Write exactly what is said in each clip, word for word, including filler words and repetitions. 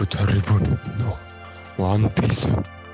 Futaribun no One Piece.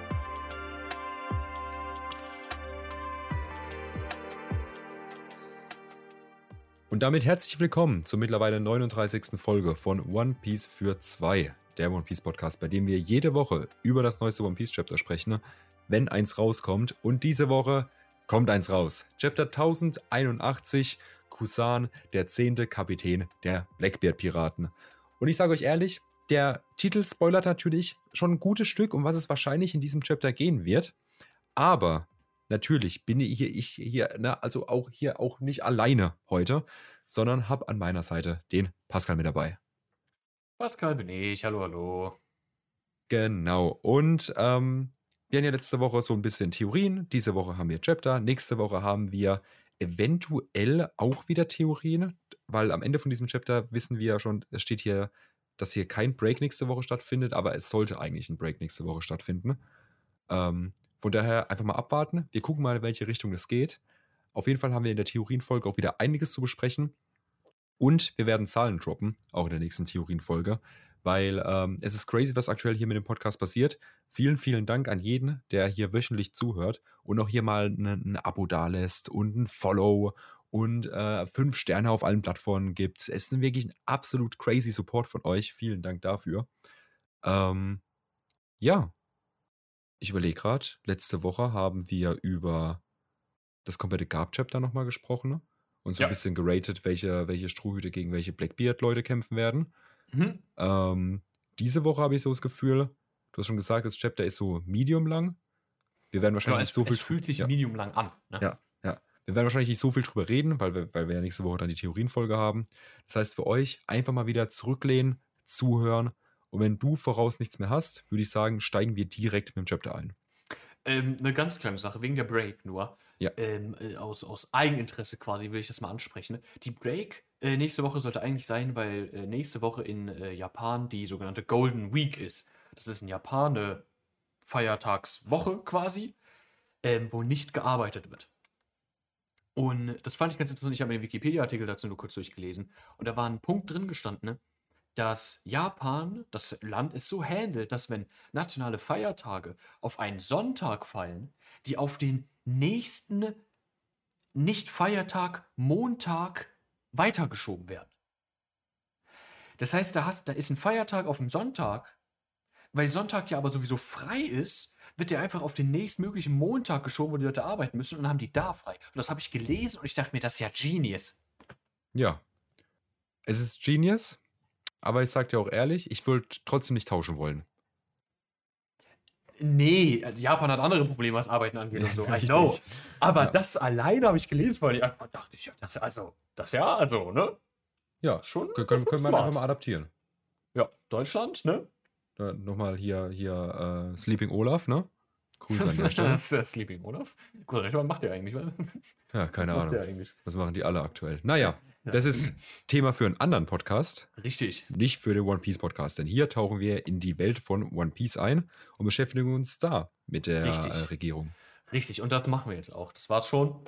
Und damit herzlich willkommen zur mittlerweile neununddreißigsten Folge von One Piece für zwei, der One Piece Podcast, bei dem wir jede Woche über das neueste One Piece Chapter sprechen, wenn eins rauskommt. Und diese Woche kommt eins raus. Chapter tausendeinundachtzig, Kusan, der zehnte Kapitän der Blackbeard-Piraten. Und ich sage euch ehrlich, der Titel spoilert natürlich schon ein gutes Stück, um was es wahrscheinlich in diesem Chapter gehen wird. Aber natürlich bin ich hier, ich hier ne, also auch hier auch nicht alleine heute, sondern habe an meiner Seite den Pascal mit dabei. Pascal bin ich, hallo, hallo. Genau, und ähm, wir hatten ja letzte Woche so ein bisschen Theorien, diese Woche haben wir Chapter, nächste Woche haben wir eventuell auch wieder Theorien, weil am Ende von diesem Chapter wissen wir ja schon, es steht hier, dass hier kein Break nächste Woche stattfindet, aber es sollte eigentlich ein Break nächste Woche stattfinden. Ähm, von daher einfach mal abwarten. Wir gucken mal, in welche Richtung es geht. Auf jeden Fall haben wir in der Theorienfolge auch wieder einiges zu besprechen. Und wir werden Zahlen droppen, auch in der nächsten Theorienfolge, weil ähm, es ist crazy, was aktuell hier mit dem Podcast passiert. Vielen, vielen Dank an jeden, der hier wöchentlich zuhört und auch hier mal ein Abo dalässt und ein Follow und äh, fünf Sterne auf allen Plattformen gibt. Es ist wirklich ein absolut crazy Support von euch. Vielen Dank dafür. Ähm, ja, ich überlege gerade, letzte Woche haben wir über das komplette Garp-Chapter nochmal gesprochen, ne? Und so Ja. ein bisschen geratet, welche, welche Strohhüte gegen welche Blackbeard-Leute kämpfen werden. Mhm. Ähm, diese Woche habe ich so das Gefühl, du hast schon gesagt, das Chapter ist so medium lang. Wir werden wahrscheinlich Genau, nicht es, so viel es fühlt sich ja. medium lang an. Ne? Ja, ja. Wir werden wahrscheinlich nicht so viel drüber reden, weil wir, weil wir ja nächste Woche dann die Theorienfolge haben. Das heißt, für euch einfach mal wieder zurücklehnen, zuhören. Und wenn du voraus nichts mehr hast, würde ich sagen, steigen wir direkt mit dem Chapter ein. Ähm, eine ganz kleine Sache, wegen der Break nur. Ja. Ähm, äh, aus, aus Eigeninteresse quasi will ich das mal ansprechen. Die Break äh, nächste Woche sollte eigentlich sein, weil äh, nächste Woche in äh, Japan die sogenannte Golden Week ist. Das ist in Japan eine Feiertagswoche quasi, ähm, wo nicht gearbeitet wird. Und das fand ich ganz interessant. Ich habe mir den Wikipedia-Artikel dazu nur kurz durchgelesen. Und da war ein Punkt drin gestanden, ne, dass Japan, das Land, es so handelt, dass wenn nationale Feiertage auf einen Sonntag fallen, die auf den nächsten Nicht-Feiertag, Montag, weitergeschoben werden. Das heißt, da, hast, da ist ein Feiertag auf dem Sonntag, weil Sonntag ja aber sowieso frei ist, wird der einfach auf den nächstmöglichen Montag geschoben, wo die Leute arbeiten müssen, und dann haben die da frei. Und das habe ich gelesen und ich dachte mir, das ist ja Genius. Ja. Es ist Genius, aber ich sage dir auch ehrlich, ich würde trotzdem nicht tauschen wollen. Nee, Japan hat andere Probleme, was Arbeiten angeht und so. I know. Aber Ja. das alleine habe ich gelesen, weil ich einfach dachte, ich, ja, das also, das ja, also, ne? Ja, Schon. können, können, können wir smart. einfach mal adaptieren. Ja, Deutschland, ne? Da, nochmal hier, hier äh, Sleeping Olaf, ne? Grüße an der Stelle. Das ist der Sleeping Olaf. Gut, was macht der eigentlich? Was Ja, keine macht Ahnung. der eigentlich? Das machen die alle aktuell. Naja, Ja. das ist Thema für einen anderen Podcast, Richtig. nicht für den One Piece Podcast. Denn hier tauchen wir in die Welt von One Piece ein und beschäftigen uns da mit der Richtig. äh, Regierung. Richtig, und das machen wir jetzt auch. Das war's schon.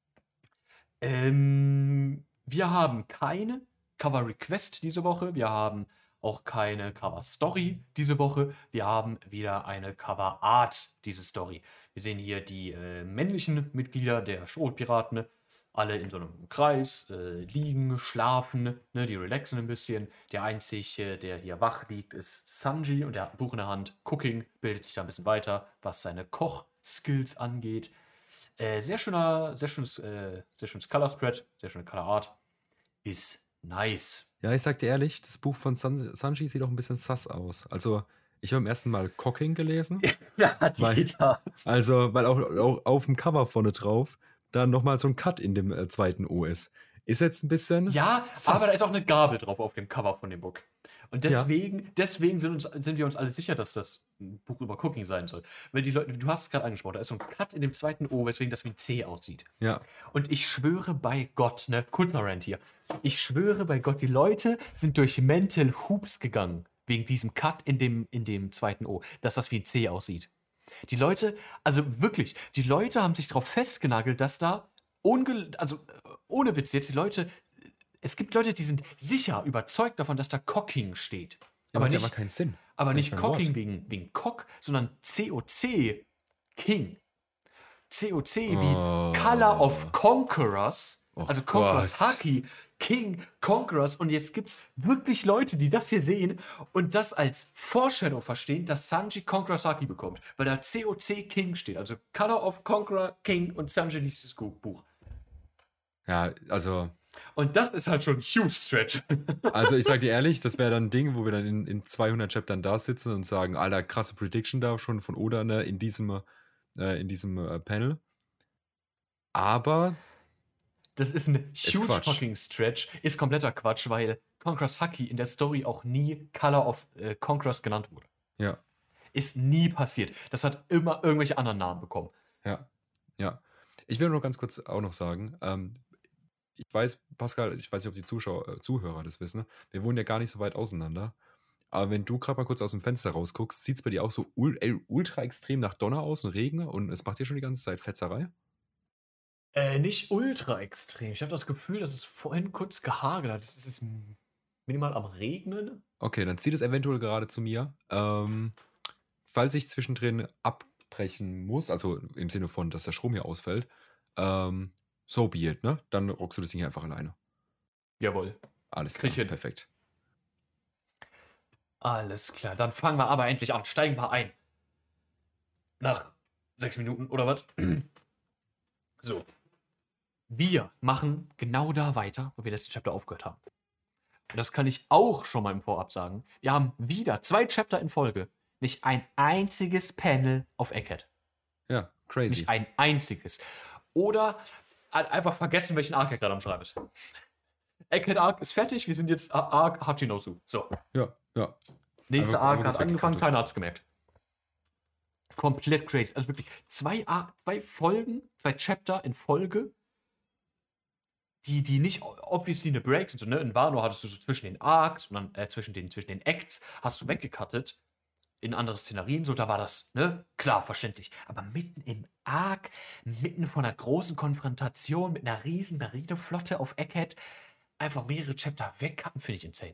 Ähm, wir haben keine Cover Request diese Woche. Wir haben auch keine Cover Story diese Woche. Wir haben wieder eine Cover Art, diese Story. Wir sehen hier die äh, männlichen Mitglieder der Schrotpiraten, alle in so einem Kreis, äh, liegen, schlafen, ne, die relaxen ein bisschen. Der einzige, der hier wach liegt, ist Sanji und der hat ein Buch in der Hand. Cooking bildet sich da ein bisschen weiter, was seine Koch-Skills angeht. Äh, sehr schöner, sehr schönes, äh, sehr schönes Color Spread, sehr schöne Color Art. Ist nice. Ja, ich sag dir ehrlich, das Buch von San Sanji sieht auch ein bisschen sass aus. Also, ich habe im ersten Mal Cocking gelesen. Ja, Weil- jeder. Also, weil auch, auch auf dem Cover vorne drauf dann nochmal so ein Cut in dem äh, zweiten O ist. Ist jetzt ein bisschen. Ja, sass. aber da ist auch eine Gabel drauf auf dem Cover von dem Buch. Und Ja. deswegen, deswegen sind, uns, sind wir uns alle sicher, dass das ein Buch über Cooking sein soll. Weil die Leute, du hast es gerade angesprochen, da ist so ein Cut in dem zweiten O, weswegen das wie ein C aussieht. Ja. Und ich schwöre bei Gott, ne, kurzer Rant hier. Ich schwöre bei Gott, die Leute sind durch Mental Hoops gegangen, wegen diesem Cut in dem, in dem zweiten O, dass das wie ein C aussieht. Die Leute, also wirklich, die Leute haben sich darauf festgenagelt, dass da, unge also äh, ohne Witz jetzt, die Leute, es gibt Leute, die sind sicher überzeugt davon, dass da Cocking steht. Ja, aber macht ja nicht, aber keinen Sinn. Aber Das ist nicht kein Wort. Cocking wegen, wegen Cock, sondern C O C King. C O C wie Oh. Color of Conquerors. Oh Also Conquerors Gott. Haki, King, Conquerors. Und jetzt gibt es wirklich Leute, die das hier sehen und das als Foreshadow verstehen, dass Sanji Conquerors Haki bekommt. Weil da C O C King steht. Also Color of Conqueror King und Sanji liest das Buch. Ja, also, Und das ist halt schon ein huge Stretch. also ich sag dir ehrlich, das wäre dann ein Ding, wo wir dann in, in zweihundert Chaptern da sitzen und sagen, Alter, krasse Prediction da schon von Oda, ne, in diesem, äh, in diesem äh, Panel. Aber Das ist ein Ist huge Quatsch. fucking Stretch. Ist kompletter Quatsch, weil Conquerors Haki in der Story auch nie Color of äh, Conquerors genannt wurde. ja, Ist nie passiert. Das hat immer irgendwelche anderen Namen bekommen. ja, ja. Ich will nur ganz kurz auch noch sagen, ähm, ich weiß, Pascal, ich weiß nicht, ob die Zuschauer, äh, Zuhörer das wissen, wir wohnen ja gar nicht so weit auseinander. Aber wenn du gerade mal kurz aus dem Fenster rausguckst, sieht es bei dir auch so ul äh, ultra extrem nach Donner aus und Regen und es macht dir schon die ganze Zeit Fetzerei? Äh, nicht ultra extrem. Ich habe das Gefühl, dass es vorhin kurz gehagelt hat. Es ist minimal am Regnen. Okay, dann zieht es eventuell gerade zu mir. Ähm, falls ich zwischendrin abbrechen muss, also im Sinne von, dass der Strom hier ausfällt, ähm, so be it, ne? Dann rockst du das Ding hier einfach alleine. Jawohl. Alles Krieg klar, ich hin. perfekt. Alles klar. Dann fangen wir aber endlich an. Steigen wir ein. Nach sechs Minuten oder was? So. Wir machen genau da weiter, wo wir letztes Chapter aufgehört haben. Und das kann ich auch schon mal im Vorab sagen. Wir haben wieder zwei Chapter in Folge. Nicht ein einziges Panel auf Egghead. Ja, crazy. Nicht ein einziges. Oder halt einfach vergessen, welchen Arc er gerade am Schreiben ist. Egghead Arc ist fertig, wir sind jetzt Arc Hachinosu. So. Ja, ja. Nächster Einfach- Arc einfach hat kurz angefangen, weggekattet. keiner hat es gemerkt. Komplett crazy. Also wirklich zwei, Ar- zwei Folgen, zwei Chapter in Folge, die, die nicht obviously eine Break sind. So, ne? In Wano hattest du so zwischen den Arcs und dann äh, zwischen, den, zwischen den Acts hast du weggekattet in andere Szenarien. So, da war das, ne? Klar, verständlich. Aber mitten im Arc, mitten von einer großen Konfrontation mit einer riesen Marineflotte auf Egghead, einfach mehrere Chapter wegcutten, finde ich insane.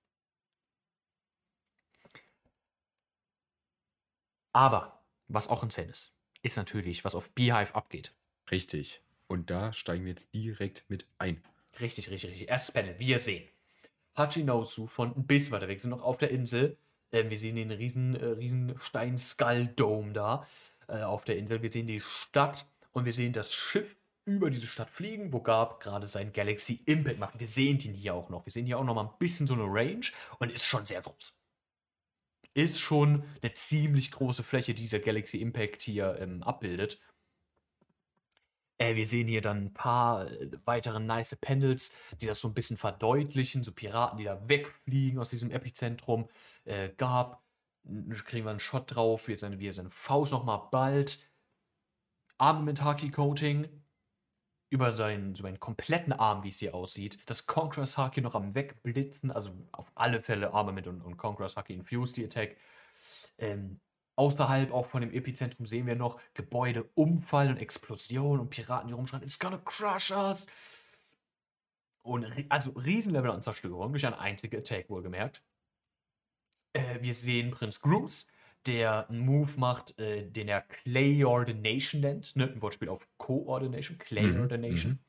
Aber, was auch insane ist, ist natürlich, was auf Beehive abgeht. Richtig. Und da steigen wir jetzt direkt mit ein. Richtig, richtig, richtig. Erstes Panel, wir sehen Hachinosu von ein bisschen weiter weg, sind noch auf der Insel. Ähm, wir sehen den riesen, äh, riesen Stein-Skull-Dome da äh, auf der Insel. Wir sehen die Stadt und wir sehen das Schiff über diese Stadt fliegen, wo Garp gerade sein Galaxy Impact macht. Wir sehen den hier auch noch. Wir sehen hier auch noch mal ein bisschen so eine Range und ist schon sehr groß. Ist schon eine ziemlich große Fläche, die dieser Galaxy Impact hier ähm, abbildet. Äh, wir sehen hier dann ein paar äh, weitere nice Panels, die das so ein bisschen verdeutlichen. So Piraten, die da wegfliegen aus diesem Epizentrum. Äh, Garp, n- kriegen wir einen Shot drauf, wie er seine, wie er seine Faust nochmal ballt. Armament Haki Coating über seinen, so einen kompletten Arm, wie es hier aussieht. Das Conquerors Haki noch am Wegblitzen, also auf alle Fälle Armament und, und Conquerors Haki Infused, die Attack. Ähm, außerhalb auch von dem Epizentrum sehen wir noch Gebäude umfallen und Explosionen und Piraten, die rumschreien, it's gonna crush us. Und ri- also Riesenlevel an Zerstörung durch eine einzige Attack, wohlgemerkt. Äh, wir sehen Prinz Groose, der einen Move macht, äh, den er Clay-Ordination nennt. Ne? Ein Wortspiel auf Co-Ordination, Clay-Ordination. Mhm,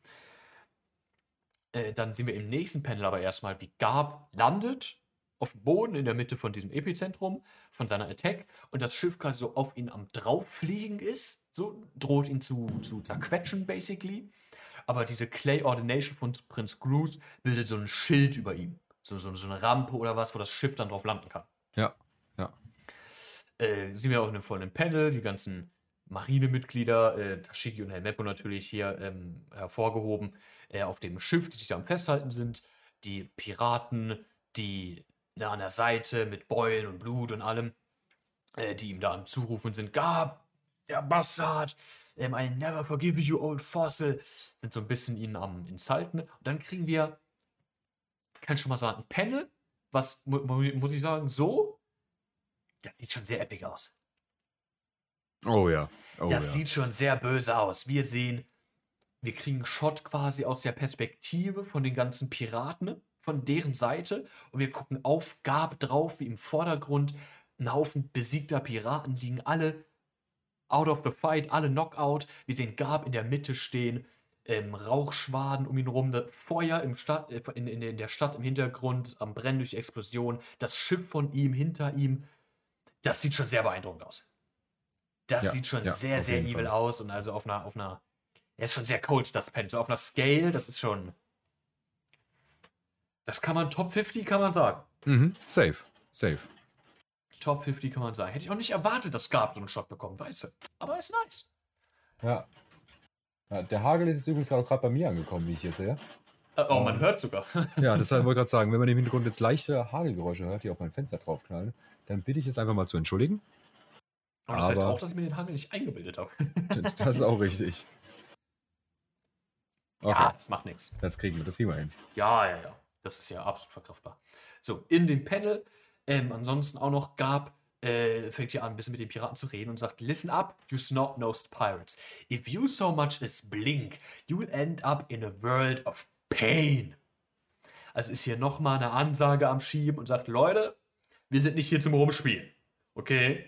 Äh, dann sehen wir im nächsten Panel aber erstmal, wie Garp landet auf dem Boden in der Mitte von diesem Epizentrum, von seiner Attack, und das Schiff quasi so auf ihn am drauffliegen ist, so droht ihn zu, zu zerquetschen, basically. Aber diese Clay Ordination von Prinz Groose bildet so ein Schild über ihm. So, so, so eine Rampe oder was, wo das Schiff dann drauf landen kann. Ja, ja. Äh, sehen wir auch in einem vollen Panel, die ganzen Marinemitglieder, äh, Tashigi und Helmeppo natürlich hier ähm, hervorgehoben, äh, auf dem Schiff, die sich da am Festhalten sind. Die Piraten, die da an der Seite mit Beulen und Blut und allem, äh, die ihm da am Zurufen sind, Garp, der Bastard, ähm, I never forgive you, old fossil, sind so ein bisschen ihnen am Insulten. Und dann kriegen wir, kann ich schon mal sagen, ein Panel, was, mu mu muss ich sagen, so, das sieht schon sehr epic aus. Oh ja. Oh Das ja. sieht schon sehr böse aus. Wir sehen, wir kriegen einen Shot quasi aus der Perspektive von den ganzen Piraten, von deren Seite. Und wir gucken auf Garp drauf, wie im Vordergrund Ein Haufen besiegter Piraten liegen alle out of the fight, alle Knockout. Wir sehen Garp in der Mitte stehen, ähm, Rauchschwaden um ihn rum, das Feuer im Stadt, äh, in, in, in der Stadt im Hintergrund, am Brennen durch die Explosion, das Schiff von ihm, hinter ihm. Das sieht schon sehr beeindruckend aus. Das Ja, sieht schon ja, sehr, auf sehr jeden evil Fall. aus und also auf einer, auf einer, er ist schon sehr cold, das Pen. So auf einer Scale, das ist schon, das kann man, Top fünfzig kann man sagen. Mhm. Safe, safe. Top fünfzig kann man sagen. Hätte ich auch nicht erwartet, dass Garp so einen Shot bekommt, weißt du. Aber ist nice. Ja. Ja, der Hagel ist jetzt übrigens gerade bei mir angekommen, wie ich hier sehe. Äh, oh, man Ähm. hört sogar. Ja, das wollte ich gerade sagen. Wenn man im Hintergrund jetzt leichte Hagelgeräusche hört, die auf mein Fenster draufknallen, dann bitte ich es einfach mal zu entschuldigen. Und das heißt Aber- auch, dass ich mir den Hagel nicht eingebildet habe. Das das ist auch richtig. Okay, Ja, das macht nichts. das kriegen wir, das kriegen wir hin. Ja, ja, ja. Das ist ja absolut verkraftbar. So, in dem Panel, ähm, ansonsten auch noch Garp, äh, fängt hier an, ein bisschen mit den Piraten zu reden und sagt, listen up, you snot-nosed pirates. If you so much as blink, you'll end up in a world of pain. Also ist hier nochmal eine Ansage am Schieben und sagt, Leute, wir sind nicht hier zum Rumspielen. Okay?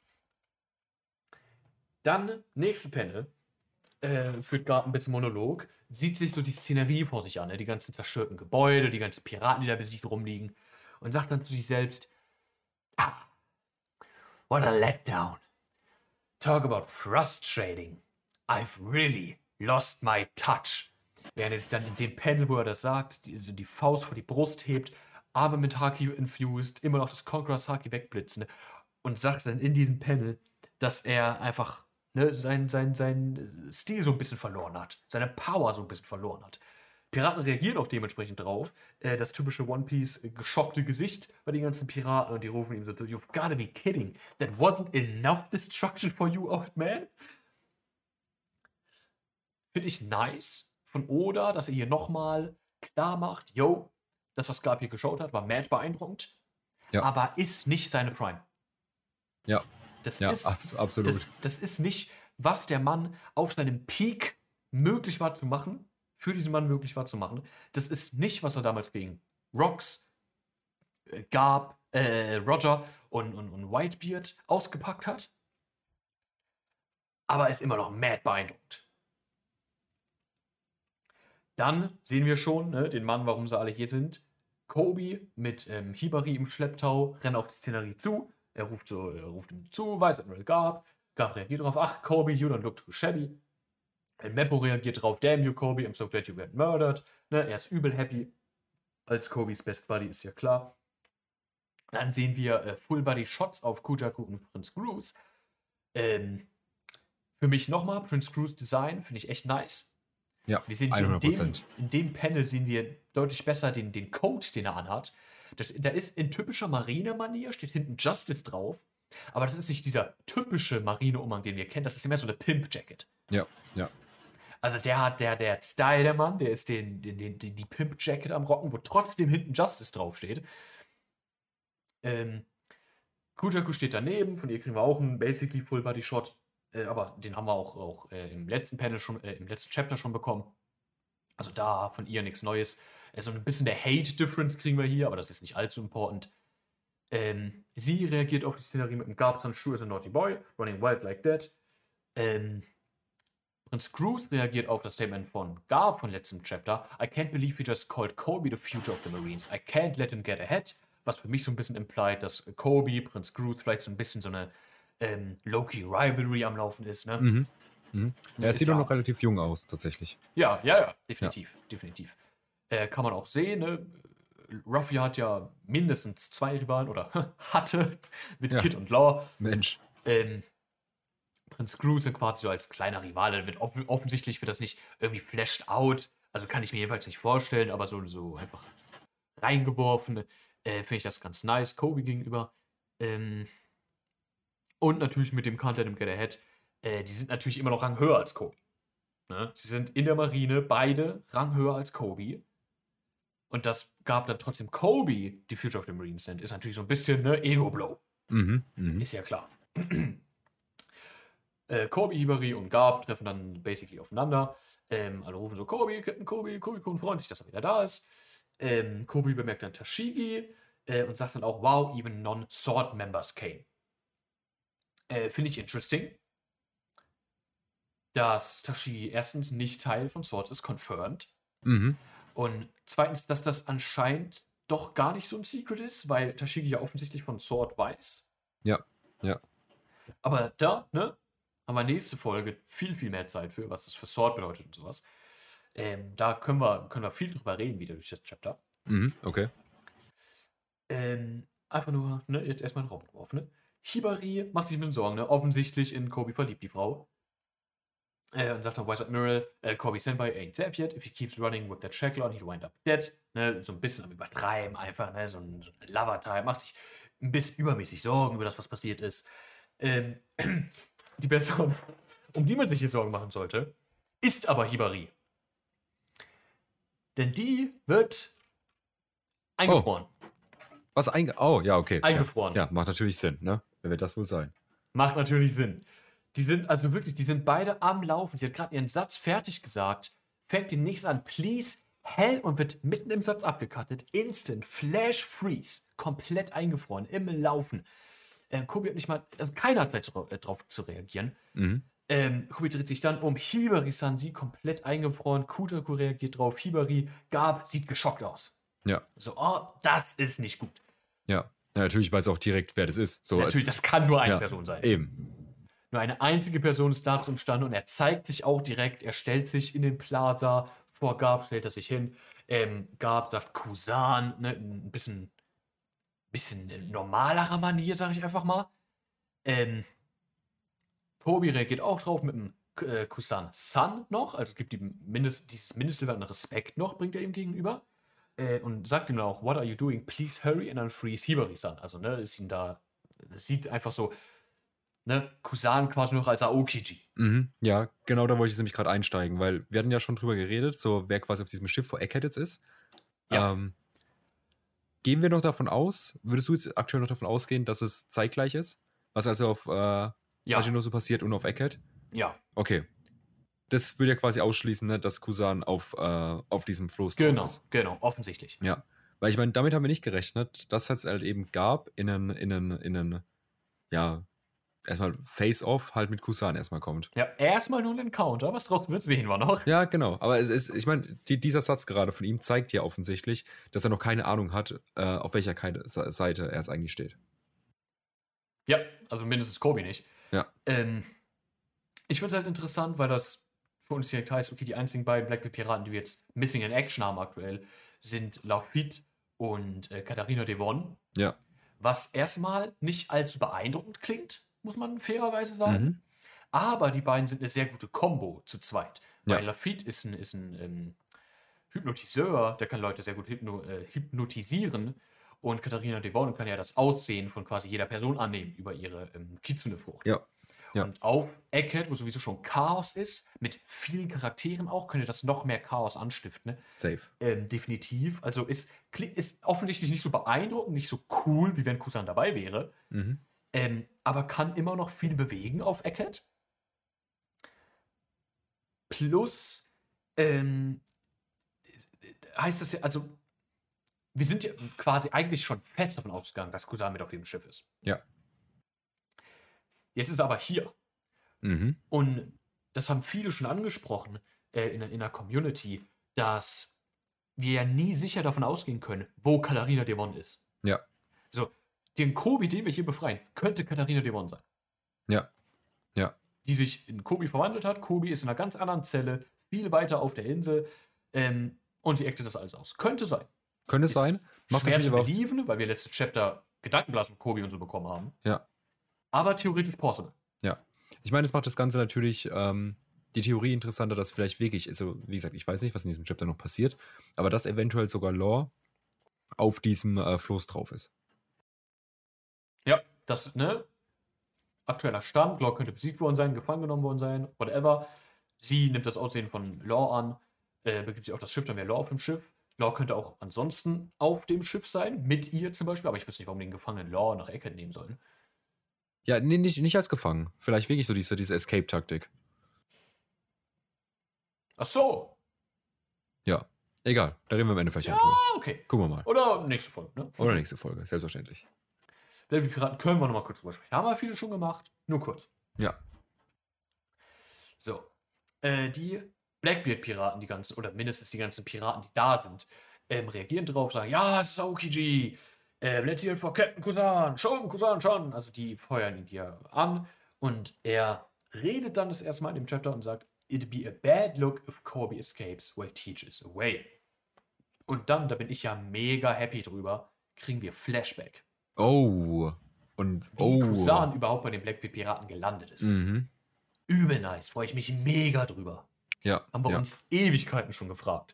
Dann, nächste Panel, äh, führt Garp ein bisschen Monolog, sieht sich so die Szenerie vor sich an, ne? Die ganzen zerstörten Gebäude, die ganzen Piraten, die da besiegt rumliegen und sagt dann zu sich selbst, ah, what a letdown. Talk about frustrating. I've really lost my touch. Während er sich dann in dem Panel, wo er das sagt, die, so die Faust vor die Brust hebt, Arme mit Haki infused, immer noch das Conqueror's Haki wegblitzen und sagt dann in diesem Panel, dass er einfach ne, sein, sein, sein Stil so ein bisschen verloren hat, seine Power so ein bisschen verloren hat. Piraten reagieren auch dementsprechend drauf. Äh, das typische One Piece äh, geschockte Gesicht bei den ganzen Piraten und die rufen ihm so, you've gotta be kidding. That wasn't enough destruction for you, old man. Finde ich nice von Oda, dass er hier nochmal klar macht, yo, das, was Garp hier geschaut hat, war mad beeindruckend, Ja. aber ist nicht seine Prime. Ja, Das ja, ist abs absolut. das, das ist nicht, was der Mann auf seinem Peak möglich war zu machen, für diesen Mann möglich war zu machen. Das ist nicht, was er damals gegen Rocks, äh, Garp, äh, Roger und, und, und Whitebeard ausgepackt hat. Aber ist immer noch mad beeindruckend. Dann sehen wir schon ne, den Mann, warum sie alle hier sind. Kobe mit ähm, Hibari im Schlepptau rennen auf die Szenerie zu. Er ruft, so, er ruft ihm zu, weiß Admiral Garp. Garp reagiert darauf, ach, Kobe, you don't look too shabby. Und Meppo reagiert darauf, damn you, Kobe, I'm so glad you got murdered. Ne, er ist übel happy. Als Kobes Best Buddy ist ja klar. Dann sehen wir äh, Full-Body-Shots auf Kujaku und Prince Cruise. Ähm, für mich nochmal, Prince Cruise Design finde ich echt nice. Ja, Wir sehen hier in hundert dem, Prozent. in dem Panel sehen wir deutlich besser den, den Code, den er anhat. Das, da ist in typischer Marine-Manier, steht hinten Justice drauf. Aber das ist nicht dieser typische Marine-Umhang, den wir kennen. Das ist mehr so eine Pimp-Jacket. Ja, ja. Also der hat, der, der Style, der Mann, der ist den, den, den, die Pimp-Jacket am Rocken, wo trotzdem hinten Justice draufsteht. Ähm, Kujaku steht daneben, von ihr kriegen wir auch einen basically Full-Body-Shot. Äh, aber den haben wir auch, auch äh, im letzten Panel schon, äh, im letzten Chapter schon bekommen. Also da von ihr nichts Neues. Äh, so ein bisschen der Hate-Difference kriegen wir hier, aber das ist nicht allzu important. Ähm, sie reagiert auf die Szenerie mit dem Garp Sure as a naughty boy, running wild like that. Ähm, Prinz Cruise reagiert auf das Statement von Garp von letztem Chapter. I can't believe he just called Kobe the future of the Marines. I can't let him get ahead. Was für mich so ein bisschen implied, dass Kobe, Prinz Cruise vielleicht so ein bisschen so eine ähm, Low-Key-Rivalry am Laufen ist. Ne? Mhm. Mhm. Ja, er Ist sieht ja doch auch- noch relativ jung aus, tatsächlich. Ja, ja, ja, definitiv, definitiv. Äh, kann man auch sehen, ne? Ruffy hat ja mindestens zwei Rivalen oder hatte mit Ja. Kid und Law. Mensch. Ähm, Prinz Cruise quasi so als kleiner Rivale wird off offensichtlich wird das nicht irgendwie flashed out. Also kann ich mir jedenfalls nicht vorstellen, aber so, so einfach reingeworfen. Äh, Finde ich das ganz nice, Kobe gegenüber. Ähm, und natürlich mit dem Content im Get Ahead. Äh, die sind natürlich immer noch ranghöher als Kobe. Ne? Sie sind in der Marine beide ranghöher als Kobe. Und das gab dann trotzdem Kobe, die Future of the Marines sind, ist natürlich so ein bisschen ne Ego-Blow. Mhm. Mhm. Ist ja klar. äh, Kobe, Hibari und Garp treffen dann basically aufeinander. Ähm, alle rufen so, Kobe, Captain Kobe, Kobe, Kobe freut sich, dass er wieder da ist. Ähm, Kobe bemerkt dann Tashigi. Äh, und sagt dann auch, wow, even non-Sword members came. Äh, Finde ich interesting, dass Tashigi erstens nicht Teil von Swords ist, confirmed. Mhm. Und zweitens, dass das anscheinend doch gar nicht so ein Secret ist, weil Tashigi ja offensichtlich von Sword weiß. Ja, ja. Aber da, ne, haben wir nächste Folge viel, viel mehr Zeit für, was das für Sword bedeutet und sowas. Ähm, da können wir, können wir viel drüber reden, wieder durch das Chapter. Mhm, okay. Ähm, einfach nur, ne, jetzt erstmal einen Raum geworfen, ne? Hibari macht sich ein bisschen Sorgen, ne? Offensichtlich in Kobe verliebt die Frau. Äh, und sagt dann Wise Admiral, äh, Kobe Senpai ain't safe yet. If he keeps running with that shackle on, he'll wind up dead. Ne? So ein bisschen am Übertreiben einfach, ne? So ein, so ein Lover-Type. Macht sich ein bisschen übermäßig Sorgen über das, was passiert ist. Ähm, die Person, um die man sich hier Sorgen machen sollte, ist aber Hibari. Denn die wird eingefroren. Was einge... Oh, ja, okay. Eingefroren. Ja, ja, macht natürlich Sinn, ne? Wer wird das wohl sein? Macht natürlich Sinn. Die sind also wirklich, die sind beide am Laufen. Sie hat gerade ihren Satz fertig gesagt, fängt den nächsten an, please, hell, und wird mitten im Satz abgekattet. Instant, Flash Freeze, komplett eingefroren, im Laufen. Ähm, Kobe hat nicht mal, also keiner hat Zeit zu, äh, drauf zu reagieren. Mhm. Ähm, Kobe dreht sich dann um, Hibari-san, sie komplett eingefroren, Kutaku reagiert drauf, Hibari, Gab, sieht geschockt aus. Ja. So, oh, das ist nicht gut. Ja. Ja, natürlich weiß auch direkt, wer das ist. So, Natürlich, als, das kann nur eine ja, Person sein. Eben. Nur eine einzige Person ist da zum Stand und er zeigt sich auch direkt. Er stellt sich in den Plaza vor Gab, stellt er sich hin. Ähm, Gab sagt Kusan, ne, ein bisschen, bisschen in normalerer Manier, sage ich einfach mal. Ähm, Tobi reagiert auch drauf mit dem äh, Kusan-san noch. Also es gibt die Mindest, dieses Mindestlevel an Respekt noch, bringt er ihm gegenüber. Äh, und sagt ihm dann auch, what are you doing? Please hurry and unfreeze Hibari-san. Also, ne, ist ihn da, sieht einfach so, ne, Kusan quasi noch als Aokiji. Mhm. Ja, genau da wollte ich jetzt nämlich gerade einsteigen, weil wir hatten ja schon drüber geredet, so wer quasi auf diesem Schiff vor Egghead jetzt ist. Ja. Ähm, gehen wir noch davon aus, würdest du jetzt aktuell noch davon ausgehen, dass es zeitgleich ist? Was also auf äh, Ja. Hashinosu passiert und auf Egghead? Ja. Okay. Das würde ja quasi ausschließen, ne, dass Kusan auf, äh, auf diesem Floß Genau, drauf ist. genau, offensichtlich. Ja. Weil ich meine, damit haben wir nicht gerechnet, dass es halt eben gab in einen, in einen, in einen, ja, erstmal Face-Off halt mit Kusan erstmal kommt. Ja, erstmal nur ein Encounter, was drauf wird, sehen wir noch. Ja, genau. Aber es ist, ich meine, die, dieser Satz gerade von ihm zeigt ja offensichtlich, dass er noch keine Ahnung hat, äh, auf welcher Seite er es eigentlich steht. Ja, also mindestens Kobe nicht. Ja. Ähm, ich finde es halt interessant, weil das für uns direkt heißt, okay, die einzigen beiden Blackbeard-Piraten, die wir jetzt Missing in Action haben aktuell, sind Lafitte und äh, Katharina Devon. Ja. Was erstmal nicht allzu beeindruckend klingt, muss man fairerweise sagen. Mhm. Aber die beiden sind eine sehr gute Kombo zu zweit. Weil Ja. Lafitte ist ein, ist ein ähm, Hypnotiseur, der kann Leute sehr gut hypno, äh, hypnotisieren. Und Katharina Devon kann ja das Aussehen von quasi jeder Person annehmen über ihre ähm, Kitsune-Frucht. Ja. Ja. Und auf Egghead, wo sowieso schon Chaos ist, mit vielen Charakteren auch, könnte das noch mehr Chaos anstiften. Ne? Safe. Ähm, definitiv. Also ist, kli- ist offensichtlich nicht so beeindruckend, nicht so cool, wie wenn Kusan dabei wäre. Mhm. Ähm, aber kann immer noch viel bewegen auf Egghead. Plus, ähm, heißt das ja, also, wir sind ja quasi eigentlich schon fest davon ausgegangen, dass Kusan mit auf dem Schiff ist. Ja. Jetzt ist er aber hier. Mhm. Und das haben viele schon angesprochen äh, in, in der Community, dass wir ja nie sicher davon ausgehen können, wo Katharina Devon ist. Ja. So, den Kobe, den wir hier befreien, könnte Katharina Devon sein. Ja. Ja. Die sich in Kobe verwandelt hat. Kobe ist in einer ganz anderen Zelle, viel weiter auf der Insel. Ähm, und sie actet das alles aus. Könnte sein. Könnte es Ist sein. Macht Schwer natürlich zu aber auch, believen, weil wir letztes Chapter Gedankenblas mit Kobe und so bekommen haben. ja. Aber theoretisch possible. Ja. Ich meine, es macht das Ganze natürlich ähm, die Theorie interessanter, dass vielleicht wirklich, also wie gesagt, ich weiß nicht, was in diesem Chapter noch passiert, aber dass eventuell sogar Law auf diesem äh, Floß drauf ist. Ja, das, ne? Aktueller Stand. Law könnte besiegt worden sein, gefangen genommen worden sein, whatever. Sie nimmt das Aussehen von Law an, äh, begibt sich auf das Schiff, dann wäre Law auf dem Schiff. Law könnte auch ansonsten auf dem Schiff sein, mit ihr zum Beispiel, aber ich wüsste nicht, warum den Gefangenen Law nach Egghead nehmen sollen. Ja, nee, nicht, nicht als gefangen. Vielleicht wirklich so diese, diese Escape-Taktik. Ach so. Ja. Egal, da reden wir am Ende vielleicht Ja, noch drüber. okay. Gucken wir mal. Oder nächste Folge, ne? Oder nächste Folge, selbstverständlich. Blackbeard-Piraten können wir noch mal kurz drüber sprechen. Haben wir viele schon gemacht, nur kurz. Ja. So. Äh, die Blackbeard-Piraten, die ganzen, oder mindestens die ganzen Piraten, die da sind, ähm, reagieren drauf, sagen, ja, es ist Aokiji. Ähm, let's hear it for Captain Kusan. Schon, Kusan, schon. Also die feuern ihn hier an. Und er redet dann das erste Mal in dem Chapter und sagt, it'd be a bad look if Corby escapes while Teach is away. Und dann, da bin ich ja mega happy drüber, kriegen wir Flashback. Oh. Und Wie oh. Kusan überhaupt bei den Blackbeard-Piraten gelandet ist. Mhm. Übel nice, freue ich mich mega drüber. Ja. Haben wir ja. uns Ewigkeiten schon gefragt.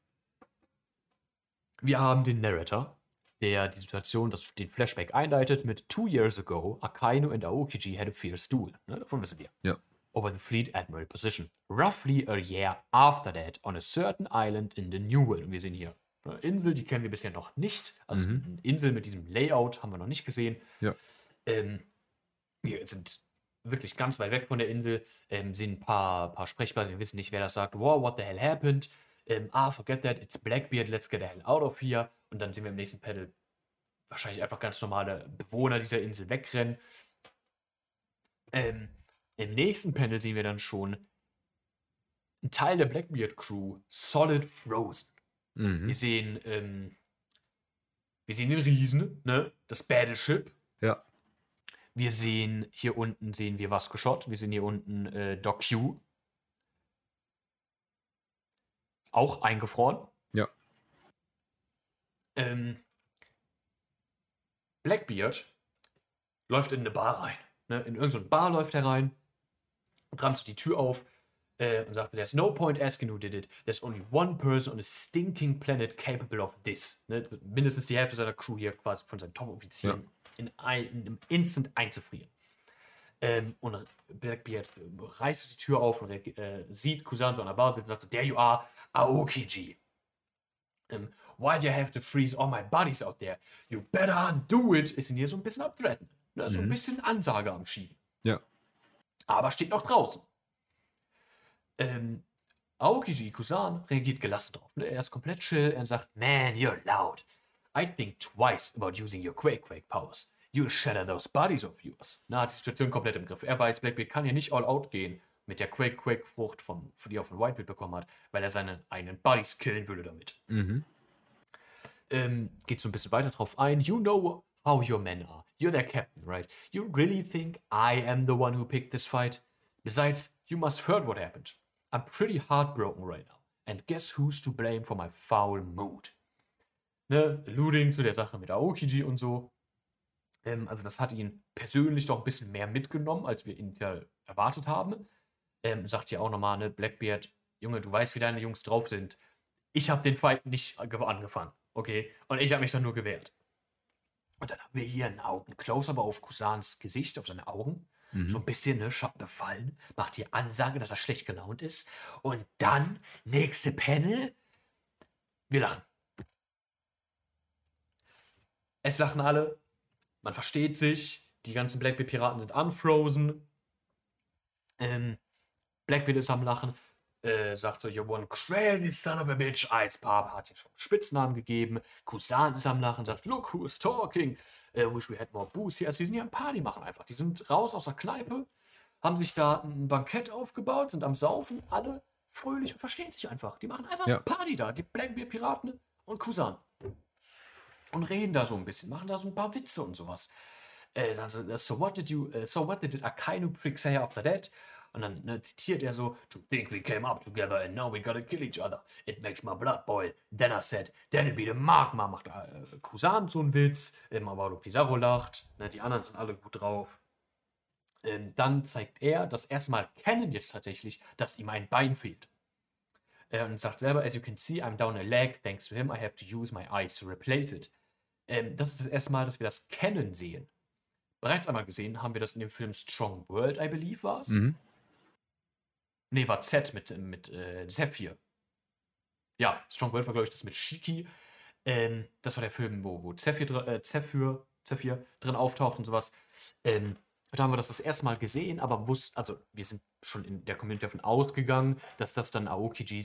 Wir haben den Narrator, der die Situation, das, den Flashback einleitet mit Two years ago, Akainu and Aokiji had a fierce duel. Ne, davon wissen wir. Ja. Over the Fleet Admiral position. Roughly a year after that, on a certain island in the New World. Und wir sehen hier eine Insel, die kennen wir bisher noch nicht. Also Mhm. eine Insel mit diesem Layout haben wir noch nicht gesehen. Ja. Ähm, wir sind wirklich ganz weit weg von der Insel, ähm, sehen ein paar, paar Sprechblasen, wir wissen nicht, wer das sagt. Wow, what the hell happened? Ähm, ah, forget that, it's Blackbeard, let's get the hell out of here. Und dann sehen wir im nächsten Panel wahrscheinlich einfach ganz normale Bewohner dieser Insel wegrennen. Ähm, Im nächsten Panel sehen wir dann schon einen Teil der Blackbeard-Crew solid frozen. Mhm. Wir sehen, ähm, wir sehen den Riesen, ne? Das Battleship. Ja. Wir sehen, hier unten sehen wir Vasco Shot. Wir sehen hier unten äh, Doc Q. Auch eingefroren. Ja. Ähm, Blackbeard läuft in eine Bar rein. Ne? In irgendeine Bar läuft er rein, rammt die Tür auf äh, und sagte, there's no point asking who did it. There's only one person on a stinking planet capable of this. Ne? Mindestens die Hälfte seiner Crew hier quasi von seinen Top-Offizieren Ja. in, ein, in einem Instant einzufrieren. Ähm, und Blackbeard äh, reißt die Tür auf und äh, sieht Kusanto an der Bar und sagt so, there you are, Aokiji. Um, why do you have to freeze all my buddies out there? You better undo it. Ist ihn hier so ein bisschen am Threaten. Ne? So ein Mhm. bisschen Ansage am Schieben. Ja. Aber steht noch draußen. Ähm, Aokiji, Kusan, reagiert gelassen drauf. Ne? Er ist komplett chill. Er sagt, man, you're loud. I think twice about using your Quake-Quake powers. You'll shatter those bodies of yours. Na, hat die Situation komplett im Griff. Er weiß, Blackbeard kann hier nicht all out gehen mit der Quake-Quake-Frucht, von, von die er von Whitebeard bekommen hat, weil er seine eigenen Buddies killen würde damit. Mhm. Ähm, geht so ein bisschen weiter drauf ein. You know how your men are. You're their captain, right? You really think I am the one who picked this fight? Besides, you must have heard what happened. I'm pretty heartbroken right now. And guess who's to blame for my foul mood? Ne, alluding zu der Sache mit Aokiji und so. Ähm, also das hat ihn persönlich doch ein bisschen mehr mitgenommen, als wir initial erwartet haben. Ähm, sagt ja auch nochmal, ne, Blackbeard, Junge, du weißt, wie deine Jungs drauf sind. Ich habe den Fight nicht angefangen, okay? Und ich habe mich dann nur gewehrt. Und dann haben wir hier einen Augen-Close-Up auf Kusans Gesicht, auf seine Augen. Mhm. So ein bisschen, ne, Schock befallen. Macht hier Ansage, dass er schlecht gelaunt ist. Und dann, nächste Panel, wir lachen. Es lachen alle. Man versteht sich. Die ganzen Blackbeard-Piraten sind unfrozen. Ähm, Blackbeard ist am Lachen. Äh, sagt so, you're one crazy son of a bitch. Ice Pop hat ja schon Spitznamen gegeben. Kusan ist am Lachen, sagt, look who is talking. Äh, wish we had more booze here. Also die sind ja am Party machen einfach. Die sind raus aus der Kneipe, haben sich da ein Bankett aufgebaut, sind am Saufen, alle fröhlich und verstehen sich einfach. Die machen einfach Ja. Party da. Die Blackbeard-Piraten und Kusan. Und reden da so ein bisschen, machen da so ein paar Witze und sowas. Äh, dann so, so what did you, uh, so what did Akainu prick say after that? Und dann ne, zitiert er so, to think we came up together and now we gotta kill each other. It makes my blood boil. Then I said, that'll be the Magma. Macht äh, Kusan so einen Witz, ähm, aber auch Pizarro lacht, ne, die anderen sind alle gut drauf. Ähm, dann zeigt er, das erste Mal kennen jetzt tatsächlich, dass ihm ein Bein fehlt. Äh, und sagt selber, as you can see, I'm down a leg. Thanks to him, I have to use my eyes to replace it. Ähm, das ist das erste Mal, dass wir das Kennen sehen. Bereits einmal gesehen haben wir das in dem Film Strong World, I believe, war es. Mhm. Nee, war Z mit, mit äh, Zephyr. Ja, Strong World war, glaube ich, das mit Shiki. Ähm, das war der Film, wo, wo Zephyr, dr- äh, Zephyr, Zephyr drin auftaucht und sowas. Ähm, da haben wir das das erste Mal gesehen, aber wussten, also wir sind schon in der Community davon ausgegangen, dass das dann Aokijis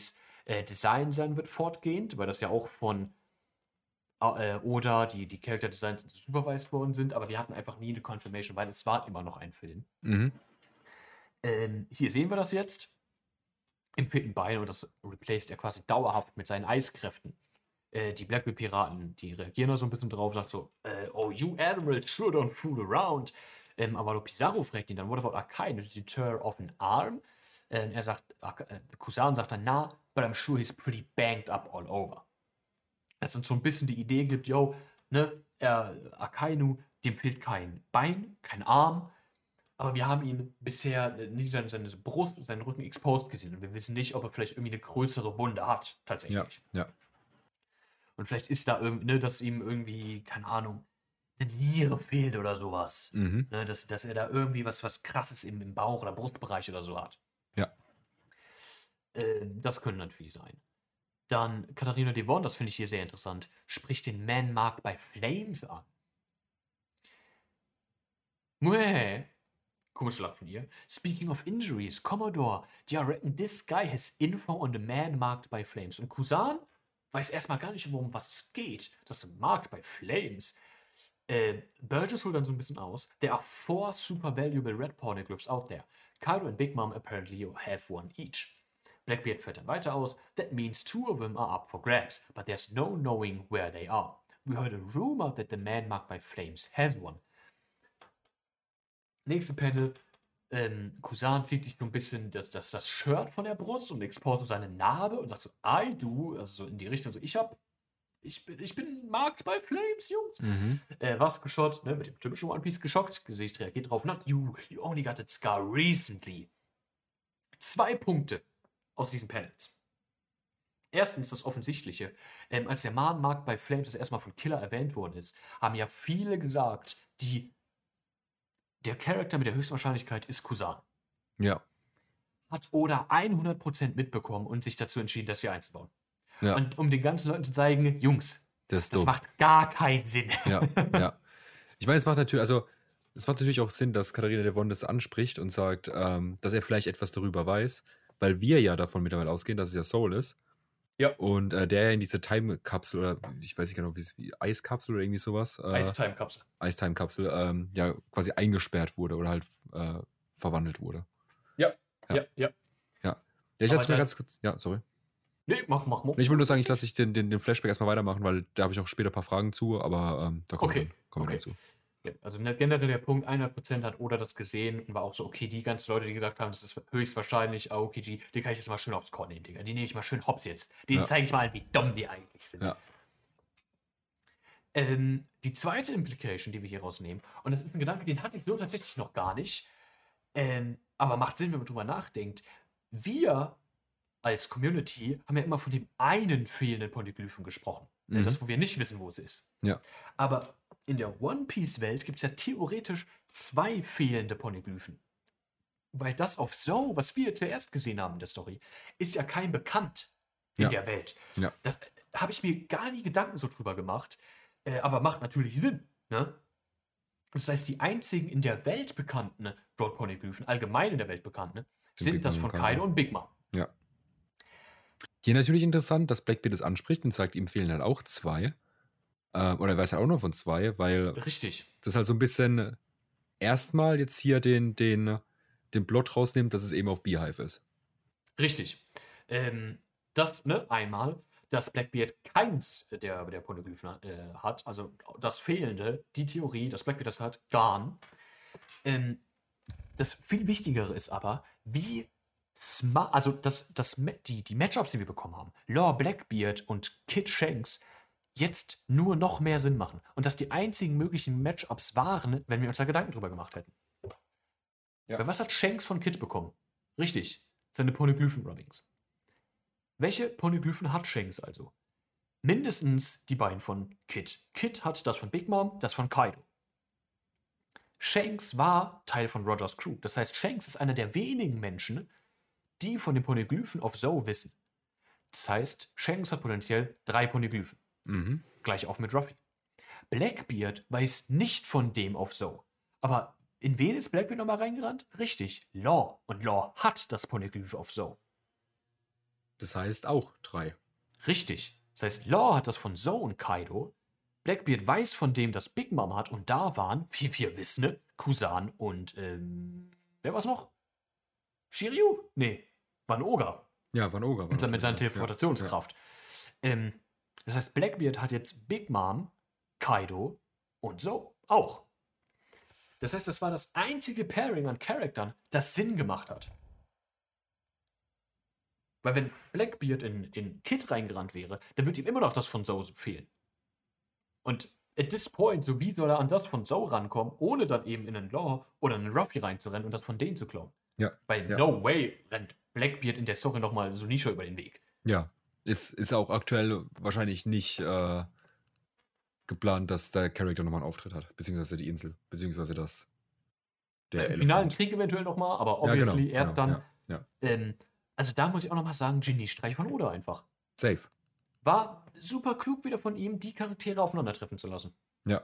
äh, Design sein wird fortgehend, weil das ja auch von äh, Oda, die, die Character Designs supervised worden sind, aber wir hatten einfach nie eine Confirmation, weil es war immer noch ein Film. Mhm. Ähm, hier sehen wir das jetzt im vierten Bein und das replaced er quasi dauerhaft mit seinen Eiskräften. Äh, die Blackbeard-Piraten, die reagieren da so ein bisschen drauf, sagt so, äh, oh, you admirals sure don't fool around. Ähm, aber Pizarro fragt ihn dann, what about Akai? Did you tear off an arm? Äh, er sagt, äh, Kusan sagt dann, na, but I'm sure he's pretty banged up all over. Dass uns so ein bisschen die Idee gibt, yo, ne, er, Akainu, dem fehlt kein Bein, kein Arm, aber wir haben ihn bisher nicht seine, seine Brust, seinen Rücken exposed gesehen und wir wissen nicht, ob er vielleicht irgendwie eine größere Wunde hat, tatsächlich. Ja, ja. Und vielleicht ist da irgendwie, ne, dass ihm irgendwie, keine Ahnung, eine Niere fehlt oder sowas. Mhm. Ne, dass, dass er da irgendwie was, was Krasses im, im Bauch- oder Brustbereich oder so hat. Ja. Äh, das könnte natürlich sein. Dann Katharina Devon, das finde ich hier sehr interessant, spricht den Man-Mark bei Flames an. Mueh. Komische Lacht von ihr. Speaking of injuries, Commodore, do you reckon this guy has info on the man marked by Flames? Und Kusan weiß erstmal gar nicht, worum was es geht. Das ist marked by Flames. Äh, Burgess holt dann so ein bisschen aus. There are four super valuable red pornoglyphs out there. Kaido and Big Mom apparently have one each. Blackbeard führt dann weiter aus. That means two of them are up for grabs, but there's no knowing where they are. We heard a rumor that the man marked by Flames has one. Nächste Panel. Ähm, Kusan zieht sich so ein bisschen das, das, das Shirt von der Brust und exposed seine Narbe und sagt so, I do, also so in die Richtung, so ich hab, ich bin, ich bin marked by Flames, Jungs. Mhm. Äh, was geschockt, ne, mit dem typischen One Piece geschockt, Gesicht reagiert drauf, not you, you only got that scar recently. Zwei Punkte aus diesen Panels. Erstens das Offensichtliche. Ähm, als der Man marked by Flames das erstmal von Killer erwähnt worden ist, haben ja viele gesagt, die der Charakter mit der höchsten Wahrscheinlichkeit ist Kusan. Ja. Hat Oda hundert Prozent mitbekommen und sich dazu entschieden, das hier einzubauen. Ja. Und um den ganzen Leuten zu zeigen, Jungs, Das ist das dumm. macht gar keinen Sinn. Ja, ja. Ich meine, es macht natürlich, also es macht natürlich auch Sinn, dass Katharina Devon das anspricht und sagt, ähm, dass er vielleicht etwas darüber weiß, weil wir ja davon mittlerweile ausgehen, dass es ja Soul ist. Ja. Und äh, der ja in diese Time-Kapsel oder ich weiß nicht genau, wie es wie Eiskapsel oder irgendwie sowas. Äh, Ice-Time-Kapsel. Ice-Time-Kapsel, ähm, ja, quasi eingesperrt wurde oder halt äh, verwandelt wurde. Ja, Ja. ja, ja. Ja. Ja, ich Aber lasse mir da- ganz kurz. Ja, sorry. Nee, mach, mach, mach. Ich wollte nur sagen, ich lasse dich den, den, den Flashback erstmal weitermachen, weil da habe ich auch später ein paar Fragen zu, aber ähm, da kommen Okay, wir dann, kommen wir okay. dann zu. Ja, also ne, generell der Punkt, hundert Prozent hat Oda das gesehen und war auch so, okay, die ganzen Leute, die gesagt haben, das ist höchstwahrscheinlich Aokiji, die kann ich jetzt mal schön aufs Korn nehmen, Digga. Die nehme ich mal schön hops jetzt. Denen Ja. zeige ich mal, wie dumm die eigentlich sind. Ja. Ähm, die zweite Implication, die wir hier rausnehmen, und das ist ein Gedanke, den hatte ich so tatsächlich noch gar nicht, ähm, aber macht Sinn, wenn man drüber nachdenkt. Wir als Community haben ja immer von dem einen fehlenden Polyglyphen gesprochen. Mhm. Das, wo wir nicht wissen, wo es ist. Ja. Aber in der One-Piece-Welt gibt es ja theoretisch zwei fehlende Polyglyphen. Weil das auf So, was wir zuerst gesehen haben in der Story, ist ja kein bekannt in Ja. der Welt. Ja. Das äh, habe ich mir gar nie Gedanken so drüber gemacht, äh, aber macht natürlich Sinn. Ne? Das heißt, die einzigen in der Welt bekannten Broad Polyglyphen, allgemein in der Welt bekannten, Sind sind Big das Mom von und Kaido. Kaido und Big Mom. Ja. Hier natürlich interessant, dass Blackbeard es anspricht und sagt, ihm fehlen halt auch zwei. Äh, oder er weiß halt auch nur von zwei, weil Richtig. das halt so ein bisschen erstmal jetzt hier den, den, den Plot rausnimmt, dass es eben auf Beehive ist. Richtig. Ähm, das, ne, einmal, dass Blackbeard keins der, der Polyglyphen äh, hat, also das Fehlende, die Theorie, dass Blackbeard das hat, Garn. Ähm, das viel Wichtigere ist aber, wie smart, also das, das, Ma- die, die Matchups, die wir bekommen haben, Law Blackbeard und Kid Shanks, jetzt nur noch mehr Sinn machen. Und dass die einzigen möglichen Matchups waren, wenn wir uns da Gedanken drüber gemacht hätten. Ja. Weil was hat Shanks von Kid bekommen? Richtig, seine Poneglyphen-Rubbings. Welche Poneglyphen hat Shanks also? Mindestens die beiden von Kid. Kid hat das von Big Mom, das von Kaido. Shanks war Teil von Rogers Crew. Das heißt, Shanks ist einer der wenigen Menschen, die von den Poneglyphen auf Zo wissen. Das heißt, Shanks hat potenziell drei Poneglyphen. Mhm. Gleich auf mit Ruffy. Blackbeard weiß nicht von dem auf Zo. Aber in wen ist Blackbeard nochmal reingerannt? Richtig, Law. Und Law hat das Poneglyph auf Zo. Das heißt auch drei. Richtig. Das heißt, Law hat das von Zoe und Kaido. Blackbeard weiß von dem, das Big Mom hat. Und da waren, wie wir wissen, ne, Kusan und, ähm, wer war's noch? Shiryu? Nee, war ein Oger. Ja, Van Oga. War Mit, noch mit seiner drin, ja. Teleportationskraft. Ähm, das heißt, Blackbeard hat jetzt Big Mom, Kaido und so auch. Das heißt, das war das einzige Pairing an Charaktern, das Sinn gemacht hat. Weil wenn Blackbeard in, in Kid reingerannt wäre, dann würde ihm immer noch das von Zoe fehlen. Und at this point, so wie soll er an das von Zoe rankommen, ohne dann eben in einen Law oder einen Ruffy reinzurennen und das von denen zu klauen? Ja. Weil ja. no way rennt Blackbeard in der Story nochmal so Nisha über den Weg. Ja. Ist, ist auch aktuell wahrscheinlich nicht äh, geplant, dass der Charakter nochmal einen Auftritt hat. Beziehungsweise die Insel. Beziehungsweise das. Der Im Elefant. finalen Krieg eventuell nochmal, aber Ja, genau, obviously erst genau, dann. Ja, ja. Ähm, also da muss ich auch nochmal sagen, Geniestreich von Oda einfach. Safe. War super klug wieder von ihm, die Charaktere aufeinandertreffen zu lassen. Ja.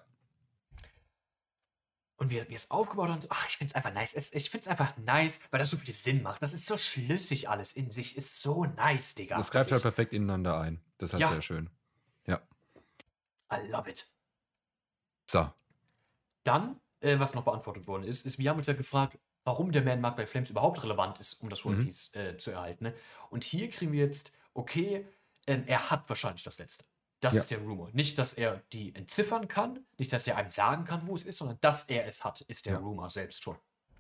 Und wie, wie er es aufgebaut hat, ach, ich finde es einfach nice. Es, ich finde es einfach nice, weil das so viel Sinn macht. Das ist so schlüssig alles in sich. Ist so nice, Digga. Das greift halt Wirklich. perfekt ineinander ein. Das ist halt Ja. sehr schön. Ja. I love it. So. Dann, äh, was noch beantwortet worden ist, ist, wir haben uns ja gefragt, warum der Man Mark bei Flames überhaupt relevant ist, um das One Mhm. Piece äh, zu erhalten. Ne? Und hier kriegen wir jetzt, okay, ähm, er hat wahrscheinlich das Letzte. Das Ja. ist der Rumor. Nicht, dass er die entziffern kann, nicht, dass er einem sagen kann, wo es ist, sondern dass er es hat, ist der Ja. Rumor selbst schon.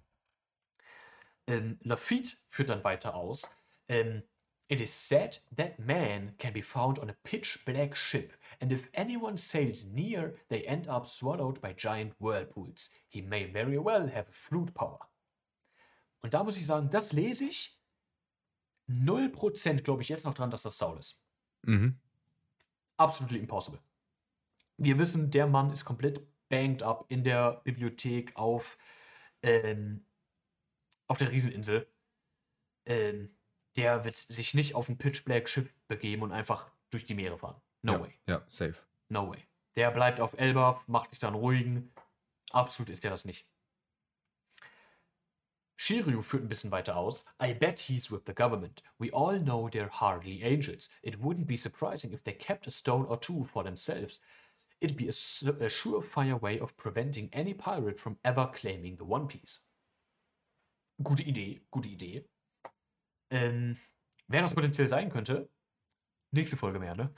Ähm, Lafitte führt dann weiter aus. Ähm, It is said that man can be found on a pitch black ship, and if anyone sails near, they end up swallowed by giant whirlpools. He may very well have a flute power. Und da muss ich sagen, das lese ich. null Prozent glaube ich jetzt noch dran, dass das Saul ist. Mhm. Absolutely impossible. Wir wissen, der Mann ist komplett banged up in der Bibliothek auf, ähm, auf der Rieseninsel. Ähm, der wird sich nicht auf ein Pitch-Black-Schiff begeben und einfach durch die Meere fahren. No ja. way. Ja, safe. No way. Der bleibt auf Elbaf, macht sich dann ruhigen. Absolut ist der das nicht. Shiryu führt ein bisschen weiter aus. I bet he's with the government. We all know they're hardly angels. It wouldn't be surprising if they kept a stone or two for themselves. It'd be a, su- a surefire way of preventing any pirate from ever claiming the One Piece. Gute Idee, gute Idee. Ähm, wer das potenziell sein könnte, nächste Folge mehr, ne?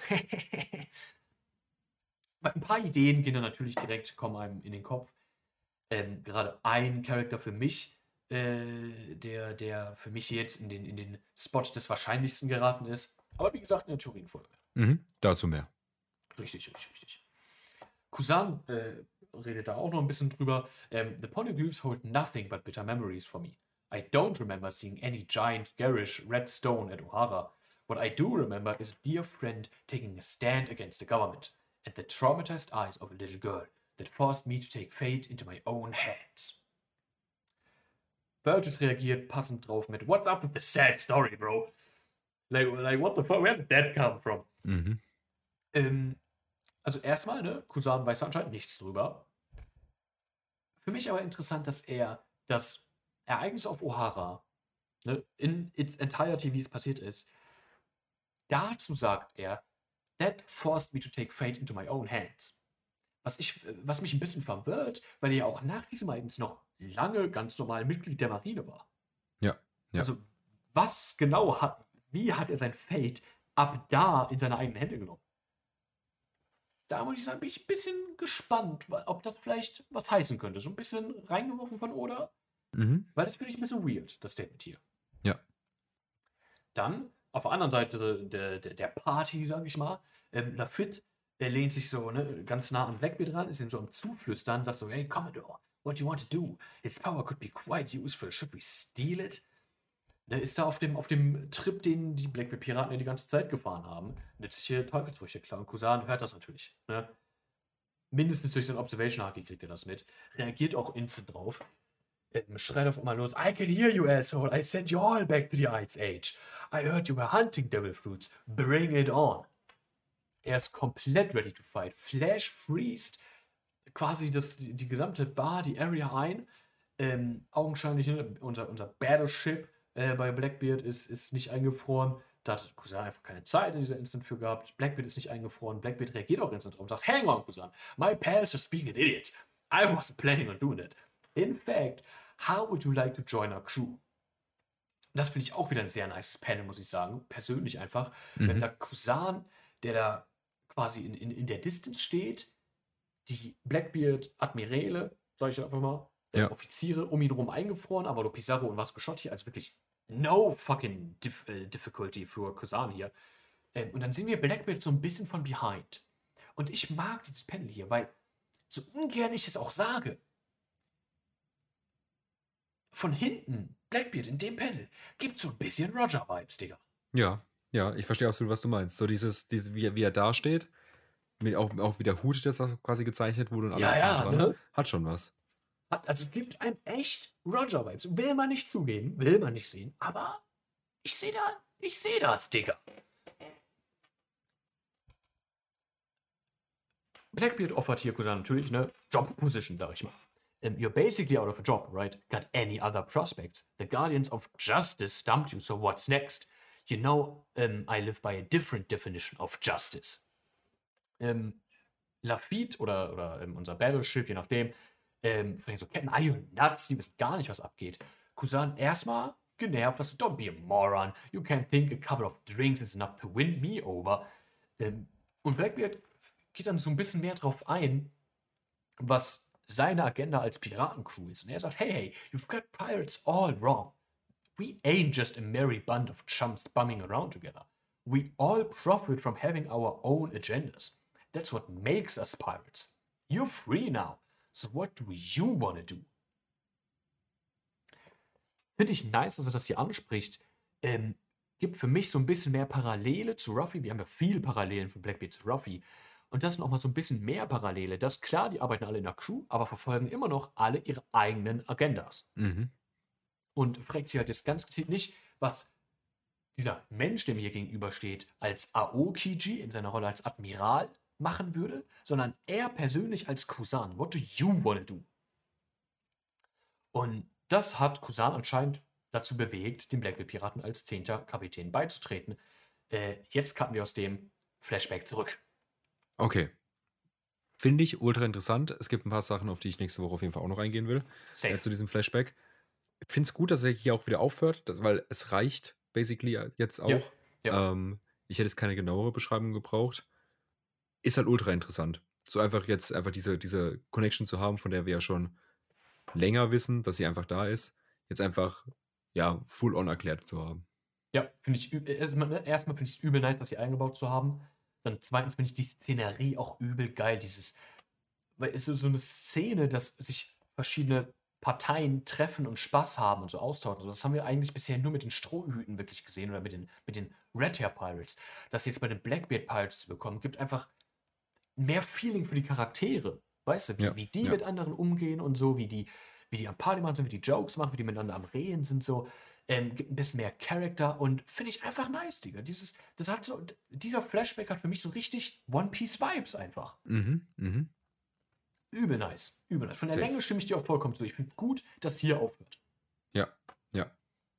Ein paar Ideen gehen dann natürlich direkt, kommen einem in den Kopf. Ähm, gerade ein Charakter für mich, äh, der, der für mich jetzt in den, in den Spot des Wahrscheinlichsten geraten ist. Aber wie gesagt, in der Turin-Folge. Mhm. Dazu mehr. Richtig, richtig, richtig. Kusan äh, redet da auch noch ein bisschen drüber. Ähm, The Poneglyphs hold nothing but bitter memories for me. I don't remember seeing any giant, garish red stone at Ohara. What I do remember is a dear friend taking a stand against the government and the traumatized eyes of a little girl that forced me to take fate into my own hands. Burgess reagiert passend drauf mit What's up with the sad story, bro? Like, like what the fuck, where did that come from? Mhm. Ähm, also erstmal, ne, Kusan weiß anscheinend nichts drüber. Für mich aber interessant, dass er das Ereignis auf Ohara, ne, in its entirety, wie es passiert ist, dazu sagt er, that forced me to take fate into my own hands. Was, ich, was mich ein bisschen verwirrt, weil er ja auch nach diesem Ereignis noch lange ganz normal Mitglied der Marine war. Ja. Ja. Also, was genau hat, wie hat er sein Fate ab da in seine eigenen Hände genommen? Da muss ich sagen, bin ich ein bisschen gespannt, ob das vielleicht was heißen könnte. So ein bisschen reingeworfen von Oda. Mhm. Weil das finde ich ein bisschen weird, das Statement hier. Ja. Dann, auf der anderen Seite der, der, der Party, sage ich mal, ähm, Lafitte, er lehnt sich so ne, ganz nah an Blackbeard ran, ist ihm so am Zuflüstern, sagt so, hey, Commodore, what do you want to do? His power could be quite useful. Should we steal it? Ne, ist da auf dem, auf dem Trip, den die Blackbeard-Piraten ja die ganze Zeit gefahren haben. Nützliche Teufelsfrüchte klauen. Kusan hört das natürlich. Ne? Mindestens durch sein Observation-Haki kriegt er das mit. Reagiert auch instant drauf. Ähm, schreit auf einmal los, I can hear you, asshole. I sent you all back to the Ice Age. I heard you were hunting devil fruits. Bring it on. Er ist komplett ready to fight. Flash freest quasi das, die, die gesamte Bar, die Area ein. Ähm, augenscheinlich, ne, unser, unser Battleship äh, bei Blackbeard ist, ist nicht eingefroren. Da hat Cousin einfach keine Zeit in dieser Instant für gehabt. Blackbeard ist nicht eingefroren. Blackbeard reagiert auch instant drauf und sagt, hang on, Cousin. My pal's just being an idiot. I wasn't planning on doing it. In fact, how would you like to join our crew? Das finde ich auch wieder ein sehr nices Panel, muss ich sagen. Persönlich einfach. Mhm. Wenn der Cousin, der da quasi in, in, in der Distance steht, die Blackbeard Admiräle, sag ich einfach mal, äh, Ja. Offiziere um ihn rum eingefroren, Avalo Pizarro und Vasco Schotti als wirklich no fucking dif äh, difficulty für Cousin hier. Ähm, und dann sehen wir Blackbeard so ein bisschen von behind. Und ich mag dieses Panel hier, weil so ungern ich es auch sage, von hinten, Blackbeard in dem Panel, gibt so ein bisschen Roger-Vibes, Digga. Ja, ja, ich verstehe absolut, was du meinst. So dieses, dieses wie, er- wie er da steht, mit auch, auch wie der Hut, das da quasi gezeichnet wurde und alles Ja, ja, dran dran, ne? hat schon was. Hat- Also gibt einem echt Roger-Vibes. Will man nicht zugeben, will man nicht sehen, aber ich sehe da, ich sehe das, Digga. Blackbeard offert hier Cousin natürlich eine Job-Position, sag ich mal. Um, you're basically out of a job, right? Got any other prospects? The Guardians of Justice stumped you, so what's next? You know, um, I live by a different definition of justice. Um, Lafitte oder, oder um, unser Battleship, je nachdem, ähm, so Captain, are you nuts? Die wissen gar nicht, was abgeht. Cousin erstmal genervt, dass du, don't be a moron. You can't think a couple of drinks is enough to win me over. Ähm, und Blackbeard geht dann so ein bisschen mehr drauf ein, was seine Agenda als Piratencrew ist. Und er sagt, hey, hey, you've got pirates all wrong. We ain't just a merry band of chumps bumming around together. We all profit from having our own agendas. That's what makes us pirates. You're free now. So what do you wanna do? Finde ich nice, dass er das hier anspricht. Ähm, gibt für mich so ein bisschen mehr Parallele zu Ruffy. Wir haben ja viele Parallelen von Blackbeard zu Ruffy. Und das sind auch mal so ein bisschen mehr Parallele. Das klar, die arbeiten alle in der Crew, aber verfolgen immer noch alle ihre eigenen Agendas. Mhm. Und fragt sich halt jetzt ganz gezielt nicht, was dieser Mensch, der mir hier gegenübersteht, als Aokiji in seiner Rolle als Admiral machen würde, sondern er persönlich als Cousin. What do you wanna do? Und das hat Cousin anscheinend dazu bewegt, den Blackbeard-Piraten als zehnter Kapitän beizutreten. Äh, jetzt cutten wir aus dem Flashback zurück. Okay. Finde ich ultra interessant. Es gibt ein paar Sachen, auf die ich nächste Woche auf jeden Fall auch noch eingehen will. Safe. Äh, zu diesem Flashback. Ich finde es gut, dass er hier auch wieder aufhört, das, weil es reicht basically jetzt auch. Ja, ja. Ähm, ich hätte jetzt keine genauere Beschreibung gebraucht. Ist halt ultra interessant. So einfach jetzt einfach diese, diese Connection zu haben, von der wir ja schon länger wissen, dass sie einfach da ist. Jetzt einfach, ja, full on erklärt zu haben. Ja, finde ich übel. Erstmal, ne, erstmal finde ich es übel nice, das hier eingebaut zu haben. Dann zweitens finde ich die Szenerie auch übel geil. Dieses, weil es ist so eine Szene, dass sich verschiedene Parteien treffen und Spaß haben und so austauschen. Also das haben wir eigentlich bisher nur mit den Strohhüten wirklich gesehen oder mit den, mit den Red Hair Pirates. Das jetzt bei den Blackbeard Pirates zu bekommen, gibt einfach mehr Feeling für die Charaktere. Weißt du, wie, Ja, wie die ja. mit anderen umgehen und so, wie die, wie die am Party machen sind, wie die Jokes machen, wie die miteinander am Reden sind, so. Ähm, gibt ein bisschen mehr Charakter und finde ich einfach nice, Digga. Dieses, das hat so, dieser Flashback hat für mich so richtig One Piece Vibes einfach. Mhm, mhm. Übel nice. Übel nice. Von der Safe. Länge stimme ich dir auch vollkommen zu. Ich finde gut, dass hier aufhört. Ja, ja.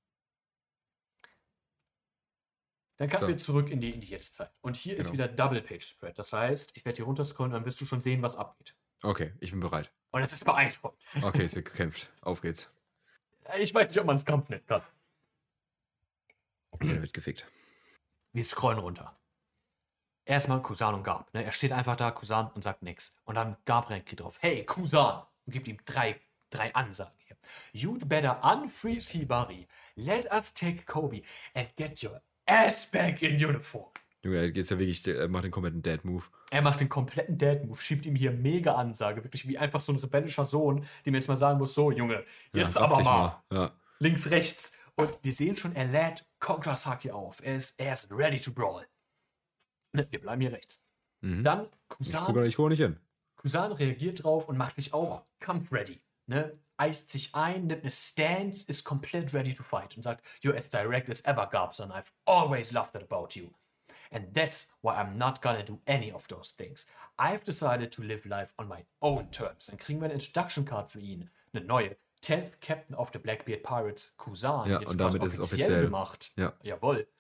Dann kommen So. wir zurück in die, in die Jetztzeit. Und hier ist Genau. wieder Double Page Spread. Das heißt, ich werde hier runterscrollen, dann wirst du schon sehen, was abgeht. Okay, ich bin bereit. Und es ist beeindruckend. Okay, es wird gekämpft. Auf geht's. Ich weiß nicht, ob man es Kampf nennt kann. Okay, der wird gefickt. Wir scrollen runter. Erstmal Cousin und Gab. Ne? Er steht einfach da, Cousin, und sagt nichts. Und dann Gab reagiert drauf. Hey, Cousin! Und gibt ihm drei, drei Ansagen hier. You'd better unfreeze Hibari. Let us take Kobe. And get your ass back in uniform. Junge, er geht's ja wirklich, er macht den kompletten Dad-Move. Er macht den kompletten Dad-Move, schiebt ihm hier mega Ansage. Wirklich wie einfach so ein rebellischer Sohn, dem jetzt mal sagen muss, so, Junge, jetzt ja, aber saftig mal. Ja. Links, rechts. Und wir sehen schon, er lädt Kongrasaki auf. Er ist, er ist ready to brawl. Ne, wir bleiben hier rechts. Mhm. Dann Ich gucke Cousin, nicht, guck nicht hin. Cousin reagiert drauf und macht sich auch kampfready. Ne? Eist sich ein, nimmt eine Stance, ist komplett ready to fight und sagt, you're as direct as ever, Gabson. I've always loved that about you. And that's why I'm not gonna do any of those things. I've decided to live life on my own terms. Dann kriegen wir eine Introduction Card für ihn. Eine neue. tenth Captain of the Blackbeard Pirates, Cousin. Ja, jetzt und quasi damit ist es offiziell. gemacht. Ja. Jawohl.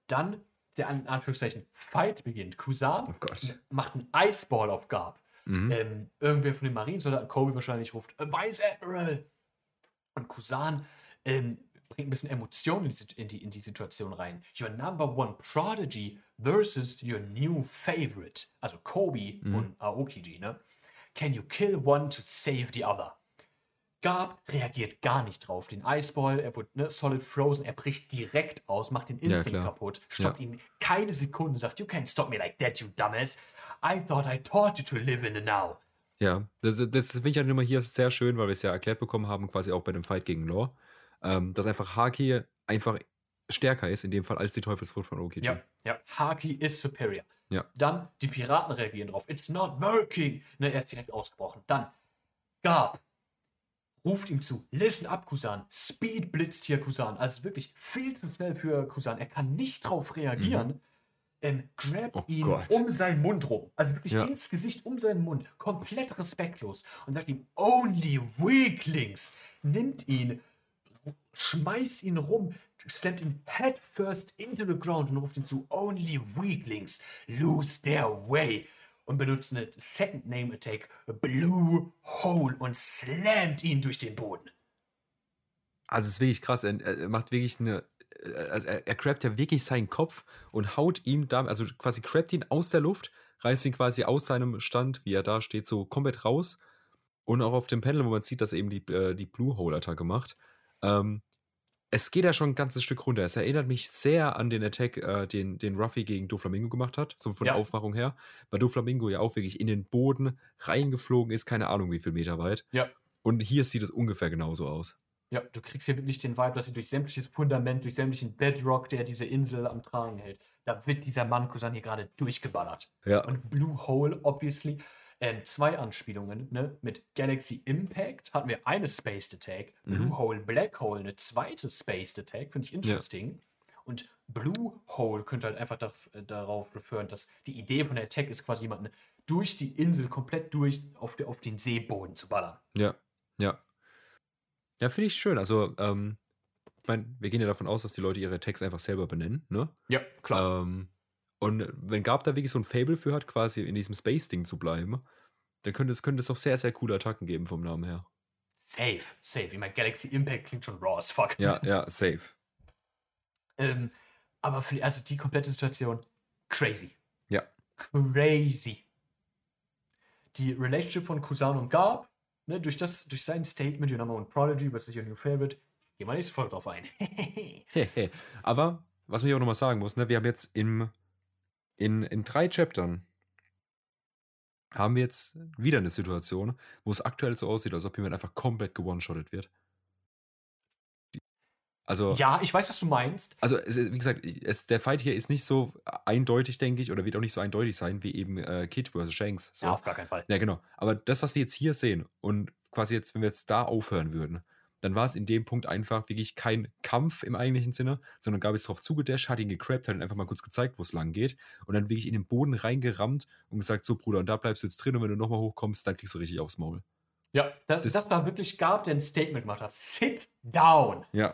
Dann der in Anführungszeichen Fight beginnt. Kusan Oh Gott. macht einen Iceball auf Garb. Mhm. Ähm, irgendwer von den Marinesoldaten, Kobe wahrscheinlich, ruft äh, Vice Admiral. Und Kusan ähm, bringt ein bisschen Emotion in die, Sit- in, die, in die Situation rein. Your number one prodigy versus your new favorite. Also Kobe Mhm. und Aokiji, ne? Can you kill one to save the other? Garb reagiert gar nicht drauf. Den Iceball, er wird ne, solid frozen, er bricht direkt aus, macht den Ja, Instinct klar. kaputt, stoppt Ja. ihn keine Sekunde, sagt, you can't stop me like that, you dumbass. I thought I taught you to live in the now. Ja, das, das finde ich halt immer hier sehr schön, weil wir es ja erklärt bekommen haben, quasi auch bei dem Fight gegen Law, ähm, dass einfach Haki einfach stärker ist, in dem Fall, als die Teufelsfrucht von Aokiji. Ja, ja. Haki is superior. Ja. Dann, die Piraten reagieren drauf. It's not working. Ne, er ist direkt ausgebrochen. Dann, Garb ruft ihm zu. Listen up, Kusan. Speed blitzt hier Kusan. Also wirklich viel zu schnell für Kusan. Er kann nicht drauf reagieren. Ähm, grabt Oh ihn Gott. um seinen Mund rum. Also wirklich Ja. ins Gesicht, um seinen Mund. Komplett respektlos. Und sagt ihm, only weaklings. Nimmt ihn, schmeißt ihn rum, slammt ihn head first into the ground und ruft ihm zu, only weaklings lose their way. Und benutzt eine Second Name Attack, Blue Hole, und slammt ihn durch den Boden. Also es ist wirklich krass, er, er macht wirklich eine, also er, er grabt ja wirklich seinen Kopf und haut ihm da, also quasi grabt ihn aus der Luft, reißt ihn quasi aus seinem Stand, wie er da steht, so komplett raus. Und auch auf dem Panel, wo man sieht, dass er eben die, äh, die Blue Hole-Attacke macht. Ähm, es geht ja schon ein ganzes Stück runter. Es erinnert mich sehr an den Attack, äh, den, den Ruffy gegen Doflamingo gemacht hat, so von Ja. der Aufmachung her. Weil Doflamingo ja auch wirklich in den Boden reingeflogen ist, keine Ahnung wie viel Meter weit. Ja. Und hier sieht es ungefähr genauso aus. Ja, du kriegst hier wirklich den Vibe, dass sie durch sämtliches Fundament, durch sämtlichen Bedrock, der diese Insel am Tragen hält, da wird dieser Mann Kusan hier gerade durchgeballert. Ja. Und Blue Hole, obviously, ähm, zwei Anspielungen, ne? Mit Galaxy Impact hatten wir eine Spaced Attack, Mhm. Blue Hole, Black Hole, eine zweite Spaced Attack, finde ich interesting. Und Blue Hole könnte halt einfach darf, äh, darauf referen, dass die Idee von der Attack ist, quasi jemanden durch die Insel komplett durch auf, de, auf den Seeboden zu ballern. Ja, ja. Ja, finde ich schön. Also, ähm, ich meine, wir gehen ja davon aus, dass die Leute ihre Tags einfach selber benennen, ne? Ja, klar. Ähm, und wenn Garb da wirklich so ein Fable für hat, quasi in diesem Space-Ding zu bleiben, dann könnte es, könnte es auch sehr, sehr coole Attacken geben vom Namen her. Safe, safe. Ich meine, Galaxy Impact klingt schon raw as fuck. Ja, ja, safe. ähm, aber für die, also die komplette Situation, crazy. Ja. Crazy. Die Relationship von Kusan und Garb, ne, durch, das, durch sein Statement, your number one prodigy versus your new favorite, gehen wir nächste Folge drauf ein. Aber, was man hier auch nochmal sagen muss, ne, wir haben jetzt im, in, in drei Chaptern haben wir jetzt wieder eine Situation, wo es aktuell so aussieht, als ob jemand einfach komplett gewone-shottet wird. Die- Also, Ja, ich weiß, was du meinst. also es, ist- wie gesagt, ich- es, der Fight hier ist nicht so eindeutig, denke ich, oder wird auch nicht so eindeutig sein, wie eben äh, Kid versus Shanks. So. Ja, auf gar keinen Fall. Ja, genau. Aber das, was wir jetzt hier sehen und quasi jetzt, wenn wir jetzt da aufhören würden, dann war es in dem Punkt einfach wirklich kein Kampf im eigentlichen Sinne, sondern Gabi ist drauf zugedasht, hat ihn gecrappt, hat ihn einfach mal kurz gezeigt, wo es lang geht und dann wirklich in den Boden reingerammt und gesagt, so Bruder, und da bleibst du jetzt drin und wenn du nochmal hochkommst, dann kriegst du richtig aufs Maul. Ja, das, Das- das war wirklich Garb, der ein Statement gemacht hat. Sit down. Ja,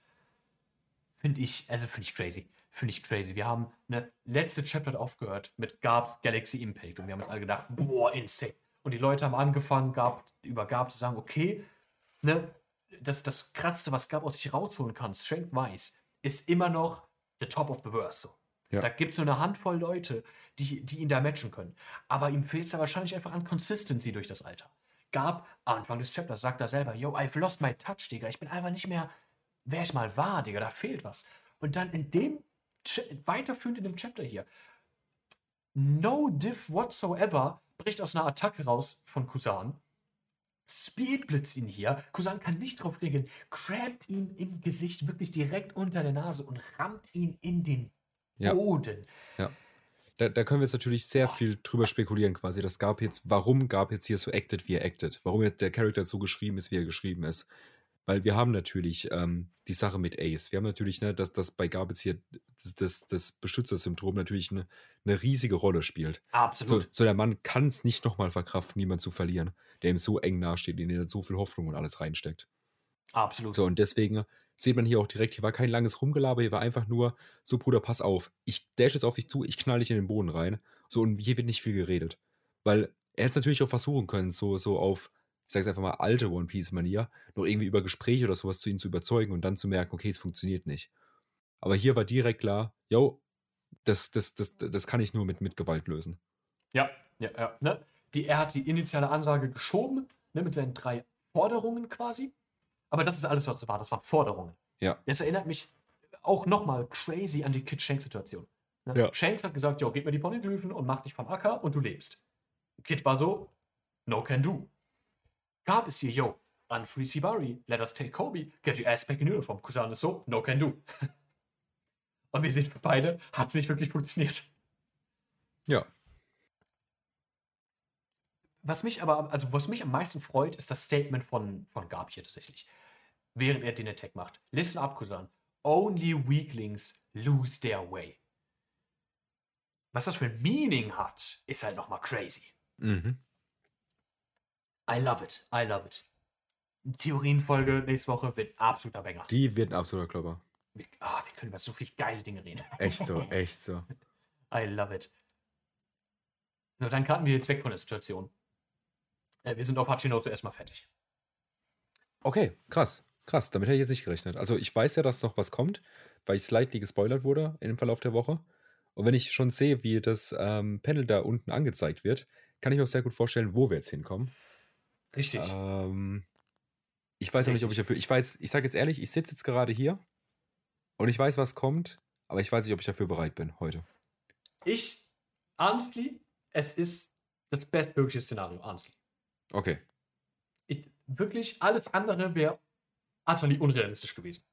Finde ich, also finde ich crazy. Finde ich crazy. Wir haben eine letzte Chapter aufgehört mit Garb's Galaxy Impact und wir haben uns alle gedacht, boah, insane. Und die Leute haben angefangen, Garb, über Garb zu sagen, okay, ne, das, das Krasseste, was Garb aus sich rausholen kann, Strength Wise, ist immer noch the top of the verse. So. Ja. Da gibt es so eine Handvoll Leute, die, die ihn da matchen können. Aber ihm fehlt es da wahrscheinlich einfach an Consistency durch das Alter. Garb, Anfang des Chapters, sagt er selber, yo, I've lost my touch, Digga. Ich bin einfach nicht mehr, wer ich mal war, Digga. Da fehlt was. Und dann in dem, Ch- weiterführend in dem Chapter hier, no diff whatsoever, bricht aus einer Attacke raus von Kusan. Speedblitzt ihn hier. Kusan kann nicht drauf reagieren. Crabbt ihn im Gesicht wirklich direkt unter der Nase und rammt ihn in den Ja. Boden. da, da können wir jetzt natürlich sehr viel drüber spekulieren quasi, dass Garb jetzt, warum Garb jetzt hier so acted, wie er acted. Warum jetzt der Charakter so geschrieben ist, wie er geschrieben ist. Weil wir haben natürlich ähm, die Sache mit Ace. Wir haben natürlich, ne, dass, dass bei Garb jetzt hier das, das, das Beschützersyndrom natürlich eine, eine riesige Rolle spielt. So, Absolut. so der Mann kann es nicht nochmal verkraften, niemanden zu verlieren, der ihm so eng nahesteht, in den er so viel Hoffnung und alles reinsteckt. Absolut. So, und deswegen Sieht man hier auch direkt, hier war kein langes Rumgelaber, hier war einfach nur, so Bruder, pass auf, ich dash jetzt auf dich zu, ich knall dich in den Boden rein. So, und hier wird nicht viel geredet. Weil er hätte es natürlich auch versuchen können, so, so auf, ich sag's einfach mal, alte One Piece-Manier, noch irgendwie über Gespräche oder sowas zu ihm zu überzeugen und dann zu merken, okay, es funktioniert nicht. Aber hier war direkt klar, yo, das, das, das, das kann ich nur mit, mit Gewalt lösen. Ja, ja, ja. Ne? Die, er hat die initiale Ansage geschoben, ne, mit seinen drei Forderungen quasi. Aber das ist alles, was es war. Das waren Forderungen. Ja. Das erinnert mich auch nochmal crazy an die Kid-Shanks-Situation. Ne? Ja. Shanks hat gesagt, jo, gib mir die Poneglyphen und mach dich vom Acker und du lebst. Kid war so, no can do. Gab es hier, yo, unfree Shibari, let us take Kobe, get your ass back in uniform. Kusan ist so, no can do. Und wir sehen für beide, hat es nicht wirklich funktioniert. Ja. Was mich aber, also was mich am meisten freut, ist das Statement von, von Garp hier tatsächlich. Während er den Attack macht. Listen up, Kusan. Only weaklings lose their way. Was das für ein Meaning hat, ist halt nochmal crazy. Mhm. I love it. I love it. Theorienfolge nächste Woche wird ein absoluter Banger. Die wird ein absoluter Klopper. Wir, ah, wir können über so viele geile Dinge reden. Echt so, echt so. I love it. So, dann karten wir jetzt weg von der Situation. Äh, wir sind auf Hachinosu erstmal fertig. Okay, krass. Krass, damit hätte ich jetzt nicht gerechnet. Also ich weiß ja, dass noch was kommt, weil ich slightly gespoilert wurde im Verlauf der Woche. Und wenn ich schon sehe, wie das ähm, Panel da unten angezeigt wird, kann ich mir auch sehr gut vorstellen, wo wir jetzt hinkommen. Richtig. Ähm, ich weiß noch nicht, ob ich Richtig. dafür. Ich weiß, ich sage jetzt ehrlich, ich sitze jetzt gerade hier und ich weiß, was kommt, aber ich weiß nicht, ob ich dafür bereit bin heute. Ich, honestly, es ist das bestmögliche Szenario, honestly. Okay. Ich, wirklich, alles andere wäre utterly unrealistisch gewesen.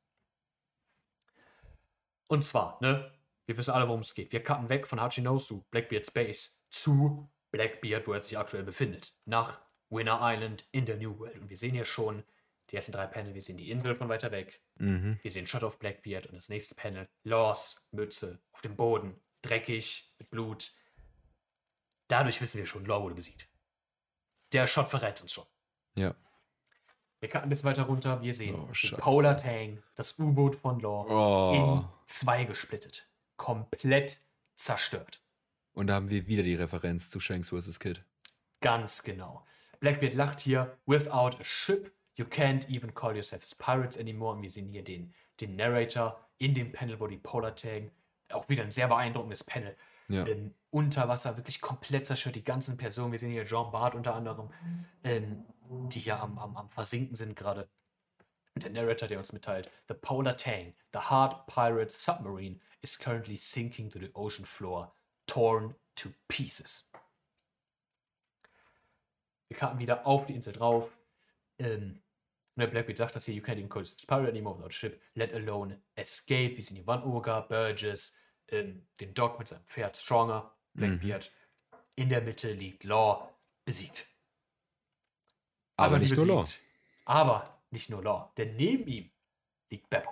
Und zwar, ne, wir wissen alle, worum es geht. Wir cutten weg von Hachinosu, Blackbeard's Base, zu Blackbeard, wo er sich aktuell befindet. Nach Winter Island in der New World. Und wir sehen hier schon die ersten drei Panel. Wir sehen die Insel von weiter weg. Mhm. Wir sehen Shot of Blackbeard und das nächste Panel. Laws, Mütze, auf dem Boden, dreckig, mit Blut. Dadurch wissen wir schon, Law wurde besiegt. Der Shot verrät uns schon. Ja. Wir cutten ein bisschen weiter runter. Wir sehen Oh, den Scheiße. Polar Tang, das U-Boot von Law, Oh. in zwei gesplittet. Komplett zerstört. Und da haben wir wieder die Referenz zu Shanks versus. Kid. Ganz genau. Blackbeard lacht hier, without a ship, you can't even call yourselves pirates anymore. Und wir sehen hier den, den Narrator in dem Panel, wo die Polar Tang, auch wieder ein sehr beeindruckendes Panel, Ja. ähm, unter Wasser wirklich komplett zerstört, die ganzen Personen. Wir sehen hier Jean Bart unter anderem, ähm, die ja am, am, am Versinken sind gerade. Und der Narrator, der uns mitteilt, the Polar Tang, the hard pirate submarine, is currently sinking to the ocean floor, torn to pieces. Wir kamen wieder auf die Insel drauf. Ähm, ne, Blackbeard sagt das hier, you can't even call yourself pirate anymore without a ship, let alone escape. Wir sehen die One-Oga, Burgess, ähm, den Doc mit seinem Pferd Stronger, Blackbeard. Mhm. In der Mitte liegt Law, besiegt. Aber, Aber nicht nur Law. Aber nicht nur Law, denn neben ihm liegt Beppo.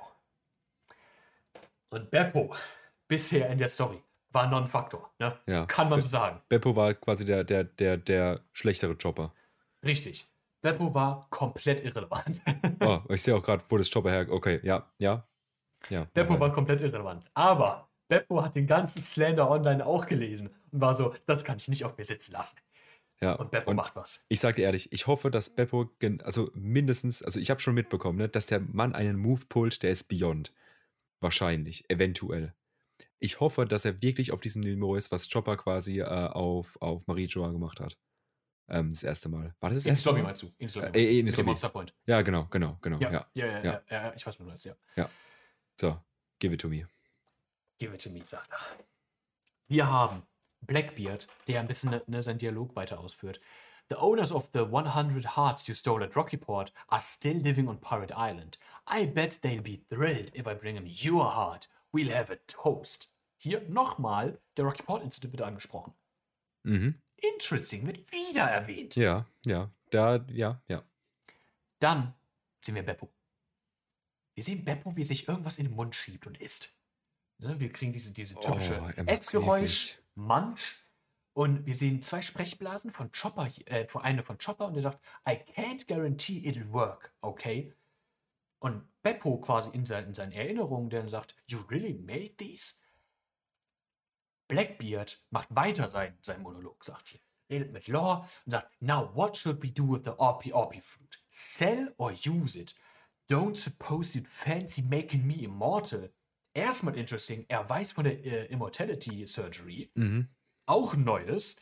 Und Beppo, bisher in der Story, war Non-Faktor, ne? Ja. Kann man Be- so sagen. Beppo war quasi der, der, der, der schlechtere Chopper. Richtig. Beppo war komplett irrelevant. Oh, ich sehe auch gerade, wo das Chopper her. Okay, ja, ja. ja Beppo okay. war komplett irrelevant. Aber Beppo hat den ganzen Slander online auch gelesen und war so, das kann ich nicht auf mir sitzen lassen. Ja. Und Beppo Und macht was. ich sage dir ehrlich, ich hoffe, dass Beppo, gen- also mindestens, also ich habe schon mitbekommen, ne, dass der Mann einen Move pullt, der ist beyond. Wahrscheinlich, eventuell. Ich hoffe, dass er wirklich auf diesem Niveau ist, was Chopper quasi äh, auf, auf Marie Joa gemacht hat. Ähm, das erste Mal. War das das In erste Lobby Mal? meinst du? In Lobby Äh, meinst du? eh, in Mit dem Lobby. Monster Point. Ja, genau, genau, genau. Ja, Ja. ja, ja, ja, ja. ja, ja, ich weiß, was du meinst, ja. So, give it to me. Give it to me, sagt er. Wir haben Blackbeard, der ein bisschen ne, seinen Dialog weiter ausführt. The owners of the one hundred hearts you stole at Rockyport are still living on Pirate Island. I bet they'll be thrilled if I bring them your heart. We'll have a toast. Hier nochmal, der Rockyport Incident wird angesprochen. Mhm. Interesting, wird wieder erwähnt. Ja, ja. Da, ja, ja. Dann sehen wir Beppo. Wir sehen Beppo, wie er sich irgendwas in den Mund schiebt und isst. Ne, wir kriegen diese, diese typische Oh, er macht's Essgeräusch, wirklich. Munch. Und wir sehen zwei Sprechblasen von Chopper, äh, eine von Chopper und er sagt, I can't guarantee it'll work, okay? Und Beppo quasi in, sein, in seinen Erinnerungen, der dann sagt, you really made these? Blackbeard macht weiter sein, sein Monolog, sagt hier. Redet mit Law und sagt, now what should we do with the O P O P fruit? Sell or use it? Don't suppose you'd fancy making me immortal? Erstmal interesting, er weiß von der äh, Immortality Surgery. Mhm. Auch Neues.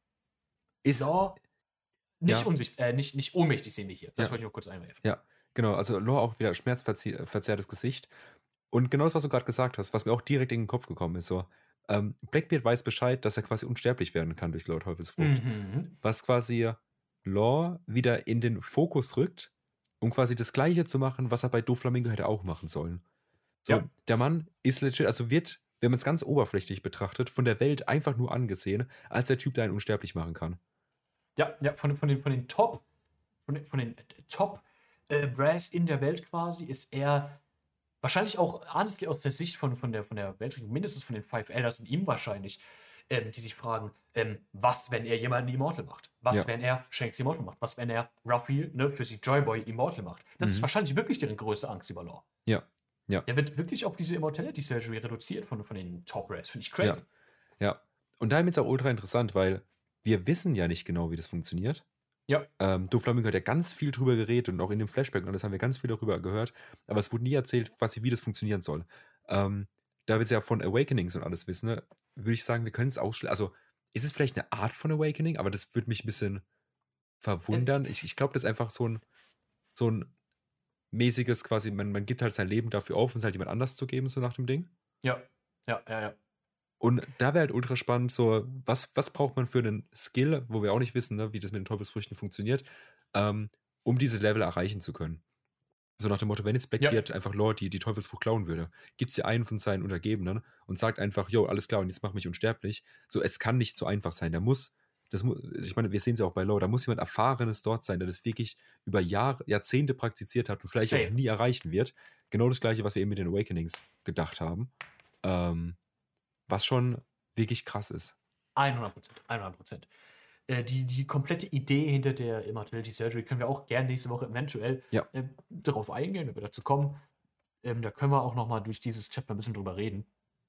Ist, Law nicht, Ja. unsicht, äh, nicht, nicht ohnmächtig sehen wir hier. Das Ja. wollte ich nur kurz einwerfen. Ja, genau. Also Lore auch wieder schmerzverzerrtes Gesicht. Und genau das, was du gerade gesagt hast, was mir auch direkt in den Kopf gekommen ist, so, ähm, Blackbeard weiß Bescheid, dass er quasi unsterblich werden kann durch Lord Teufelsfrucht. Mhm. Was quasi Lore wieder in den Fokus rückt, um quasi das Gleiche zu machen, was er bei Doflamingo hätte auch machen sollen. So, Ja. der Mann ist legit, also wird, wenn man es ganz oberflächlich betrachtet, von der Welt einfach nur angesehen, als der Typ, der einen unsterblich machen kann. Ja, ja, von, von, den, von den Top, von den, von den Top äh, Brass in der Welt quasi ist er wahrscheinlich auch, honestly, aus der Sicht von, von der, von der Weltregierung, mindestens von den Five Elders und ihm wahrscheinlich, ähm, die sich fragen, ähm, was, wenn er jemanden Immortal macht? Was, Ja. wenn er Shanks Immortal macht? Was, wenn er Ruffy, ne, für sie Joyboy Immortal macht? Das ist Mhm. wahrscheinlich wirklich deren größte Angst über Law. Ja, ja. Der wird wirklich auf diese Immortality Surgery reduziert von, von den Top Brass. Finde ich crazy. Ja. Und daher ist es auch ultra interessant, weil wir wissen ja nicht genau, wie das funktioniert. Ja. Ähm, Doflamingo hat ja ganz viel drüber geredet und auch in dem Flashback und alles haben wir ganz viel darüber gehört, aber es wurde nie erzählt, quasi, wie das funktionieren soll. Ähm, da wir es ja von Awakenings und alles wissen, ne, würde ich sagen, wir können es ausschließen. Also, ist es vielleicht eine Art von Awakening, aber das würde mich ein bisschen verwundern. Ich, ich glaube, das ist einfach so ein, so ein mäßiges, quasi, man, man gibt halt sein Leben dafür auf, um es halt jemand anders zu geben, so nach dem Ding. Ja, ja, ja, ja. Und da wäre halt ultra spannend, so, was, was braucht man für einen Skill, wo wir auch nicht wissen, ne, wie das mit den Teufelsfrüchten funktioniert, ähm, um dieses Level erreichen zu können. So nach dem Motto, wenn jetzt Blackbeard einfach Lord die, die Teufelsfrucht klauen würde, gibt es ja einen von seinen Untergebenen und sagt einfach, jo, alles klar, und jetzt mach mich unsterblich. So, es kann nicht so einfach sein. Da muss, das muss, ich meine, wir sehen es ja auch bei Lore, da muss jemand Erfahrenes dort sein, der das wirklich über Jahre, Jahrzehnte praktiziert hat und vielleicht Safe. auch nie erreichen wird. Genau das Gleiche, was wir eben mit den Awakenings gedacht haben. Ähm, was schon wirklich krass ist. hundert Prozent, hundert Prozent. Äh, die, die komplette Idee hinter der Immortality Surgery können wir auch gerne nächste Woche eventuell Ja. äh, darauf eingehen, wenn wir dazu kommen. Ähm, da können wir auch nochmal durch dieses Chapter ein bisschen drüber reden.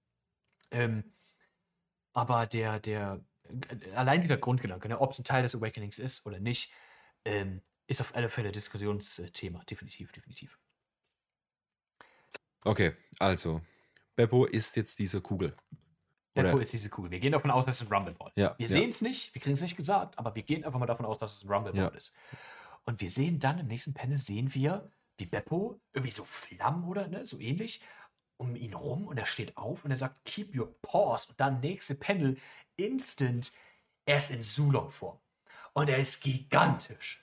Ähm, aber der, der, äh, allein dieser Grundgedanke, ne, ob es ein Teil des Awakenings ist oder nicht, ähm, ist auf alle Fälle Diskussionsthema. Definitiv, definitiv. Okay, also, Beppo ist jetzt diese Kugel. Beppo Oder- ist diese Kugel. Wir gehen davon aus, dass es ein Rumble Ball. Ja, Wir ja. sehen es nicht, wir kriegen es nicht gesagt, aber wir gehen einfach mal davon aus, dass es ein Rumble Ball Ja. ist. Und wir sehen dann im nächsten Panel, sehen wir, wie Beppo, irgendwie so Flammen oder ne, so ähnlich, um ihn rum und er steht auf und er sagt, keep your paws. Und dann nächste Panel, instant, er ist in Sulong-Form. Und er ist gigantisch.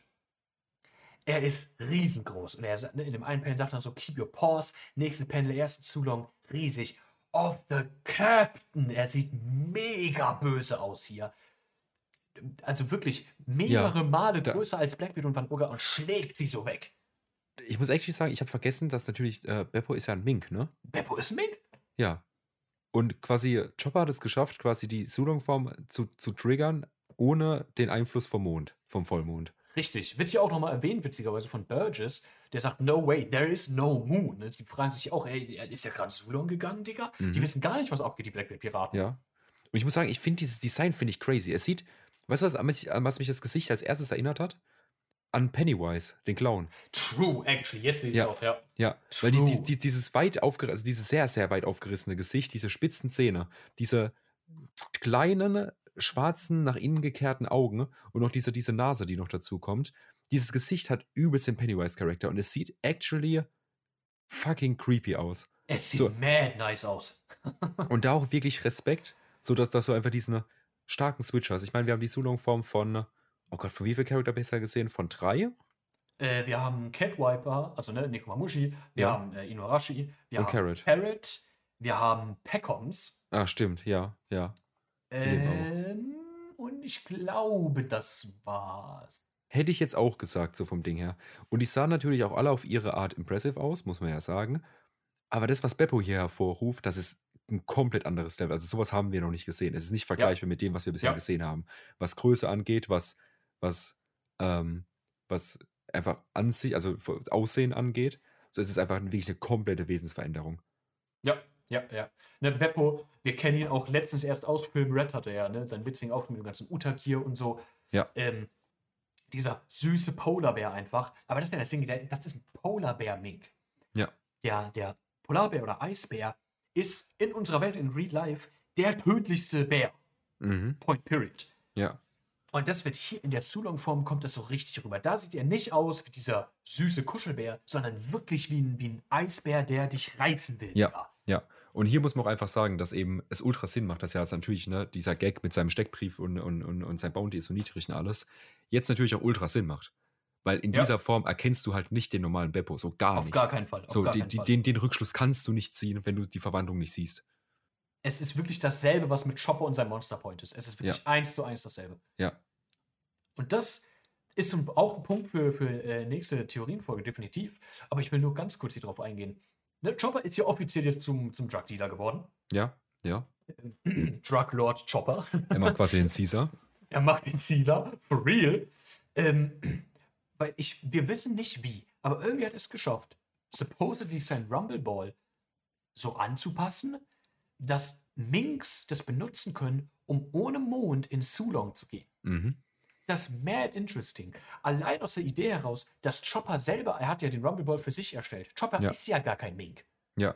Er ist riesengroß. Und er sagt, ne, in dem einen Panel sagt er so, keep your paws. Nächste Panel, er ist in Sulong, riesig. Of the Captain. Er sieht mega böse aus hier. Also wirklich mehrere Male da- größer als Blackbeard und Van Ogre und schlägt sie so weg. Ich muss echt sagen, ich habe vergessen, dass natürlich äh, Beppo ist ja ein Mink, ne? Beppo ist ein Mink? Ja. Und quasi Chopper hat es geschafft, quasi die Sulong-Form zu, zu triggern, ohne den Einfluss vom Mond, vom Vollmond. Richtig. Wird hier auch nochmal erwähnt, witzigerweise von Burgess, der sagt, no way, there is no moon. Die fragen sich auch, ey, ist ja gerade Sulong gegangen, Digga? Mhm. Die wissen gar nicht, was abgeht, die Blackbeard-Piraten. Ja. Und ich muss sagen, ich finde dieses Design finde ich crazy. Es sieht, weißt du, was, an mich- an was mich das Gesicht als erstes erinnert hat? An Pennywise, den Clown. True, actually, jetzt sehe ich es Ja. auch, ja. Ja, weil die, True. die, die, dieses weit aufgerissene, also dieses sehr, sehr weit aufgerissene Gesicht, diese spitzen Zähne, diese kleinen, schwarzen, nach innen gekehrten Augen und noch diese, diese Nase, die noch dazu kommt. Dieses Gesicht hat übelst den Pennywise-Charakter und es sieht actually fucking creepy aus. Es sieht So. mad nice aus. Und da auch wirklich Respekt, sodass dass du einfach diesen starken Switch hast. Ich meine, wir haben die Sulong-Form von, oh Gott, von wie viel Charakter besser gesehen? Von drei? Äh, wir haben Catwiper, also ne, Nekomamushi, wir Ja. haben äh, Inuarashi, wir Und haben Carrot. Parrot, wir haben Peccoms, Ah, stimmt, ja, ja. leben auch. ähm, und ich glaube, das war's. Hätte ich jetzt auch gesagt, so vom Ding her. Und die sahen natürlich auch alle auf ihre Art impressive aus, muss man ja sagen. Aber das, was Beppo hier hervorruft, das ist ein komplett anderes Level. Also sowas haben wir noch nicht gesehen. Es ist nicht vergleichbar mit dem, was wir bisher Ja. gesehen haben. Was Größe angeht, was, was, ähm, was einfach an sich, also Aussehen angeht. So, es ist einfach wirklich eine komplette Wesensveränderung. Ja, ja, ja. Ne, Beppo, wir kennen ihn auch letztens erst aus Film Red, hatte er, ne? Seinen witzigen Auftritt mit dem ganzen Utakir und so. Ja. Ähm, dieser süße Polarbär einfach. Aber das ist ja das Ding, der, das ist ein Polarbär-Mink. Ja. Der, der Polarbär oder Eisbär ist in unserer Welt in Real Life der tödlichste Bär. Mhm. Point period. Ja. Und das wird hier in der Sulong-Form, kommt das so richtig rüber. Da sieht er nicht aus wie dieser süße Kuschelbär, sondern wirklich wie ein, wie ein Eisbär, der dich reizen will. Ja. Digga. Ja. Und hier muss man auch einfach sagen, dass eben es ultra Sinn macht, dass ja jetzt natürlich, ne, dieser Gag mit seinem Steckbrief und, und, und, und sein Bounty ist so niedrig und alles, jetzt natürlich auch ultra Sinn macht. Weil in Ja. dieser Form erkennst du halt nicht den normalen Beppo, so gar Auf nicht. gar keinen Fall. Auf so, gar die, keinen die, Fall. den, den Rückschluss kannst du nicht ziehen, wenn du die Verwandlung nicht siehst. Es ist wirklich dasselbe, was mit Chopper und seinem Monster Point ist. Es ist wirklich Ja. eins zu eins dasselbe. Ja. Und das ist so auch ein Punkt für, für äh, nächste Theorienfolge, definitiv. Aber ich will nur ganz kurz hier drauf eingehen. Ne, Chopper ist ja offiziell jetzt zum, zum Drug Dealer geworden. Ja. Ja. Drug Lord Chopper. Er macht quasi den Caesar. Er macht den Caesar, for real. Ähm, weil ich, wir wissen nicht wie, aber irgendwie hat er es geschafft, supposedly sein Rumble Ball so anzupassen, dass Minks das benutzen können, um ohne Mond in Sulong zu gehen. Mhm. Das ist mad interesting. Allein aus der Idee heraus, dass Chopper selber, er hat ja den Rumble Ball für sich erstellt. Chopper Ja. ist ja gar kein Mink. Ja.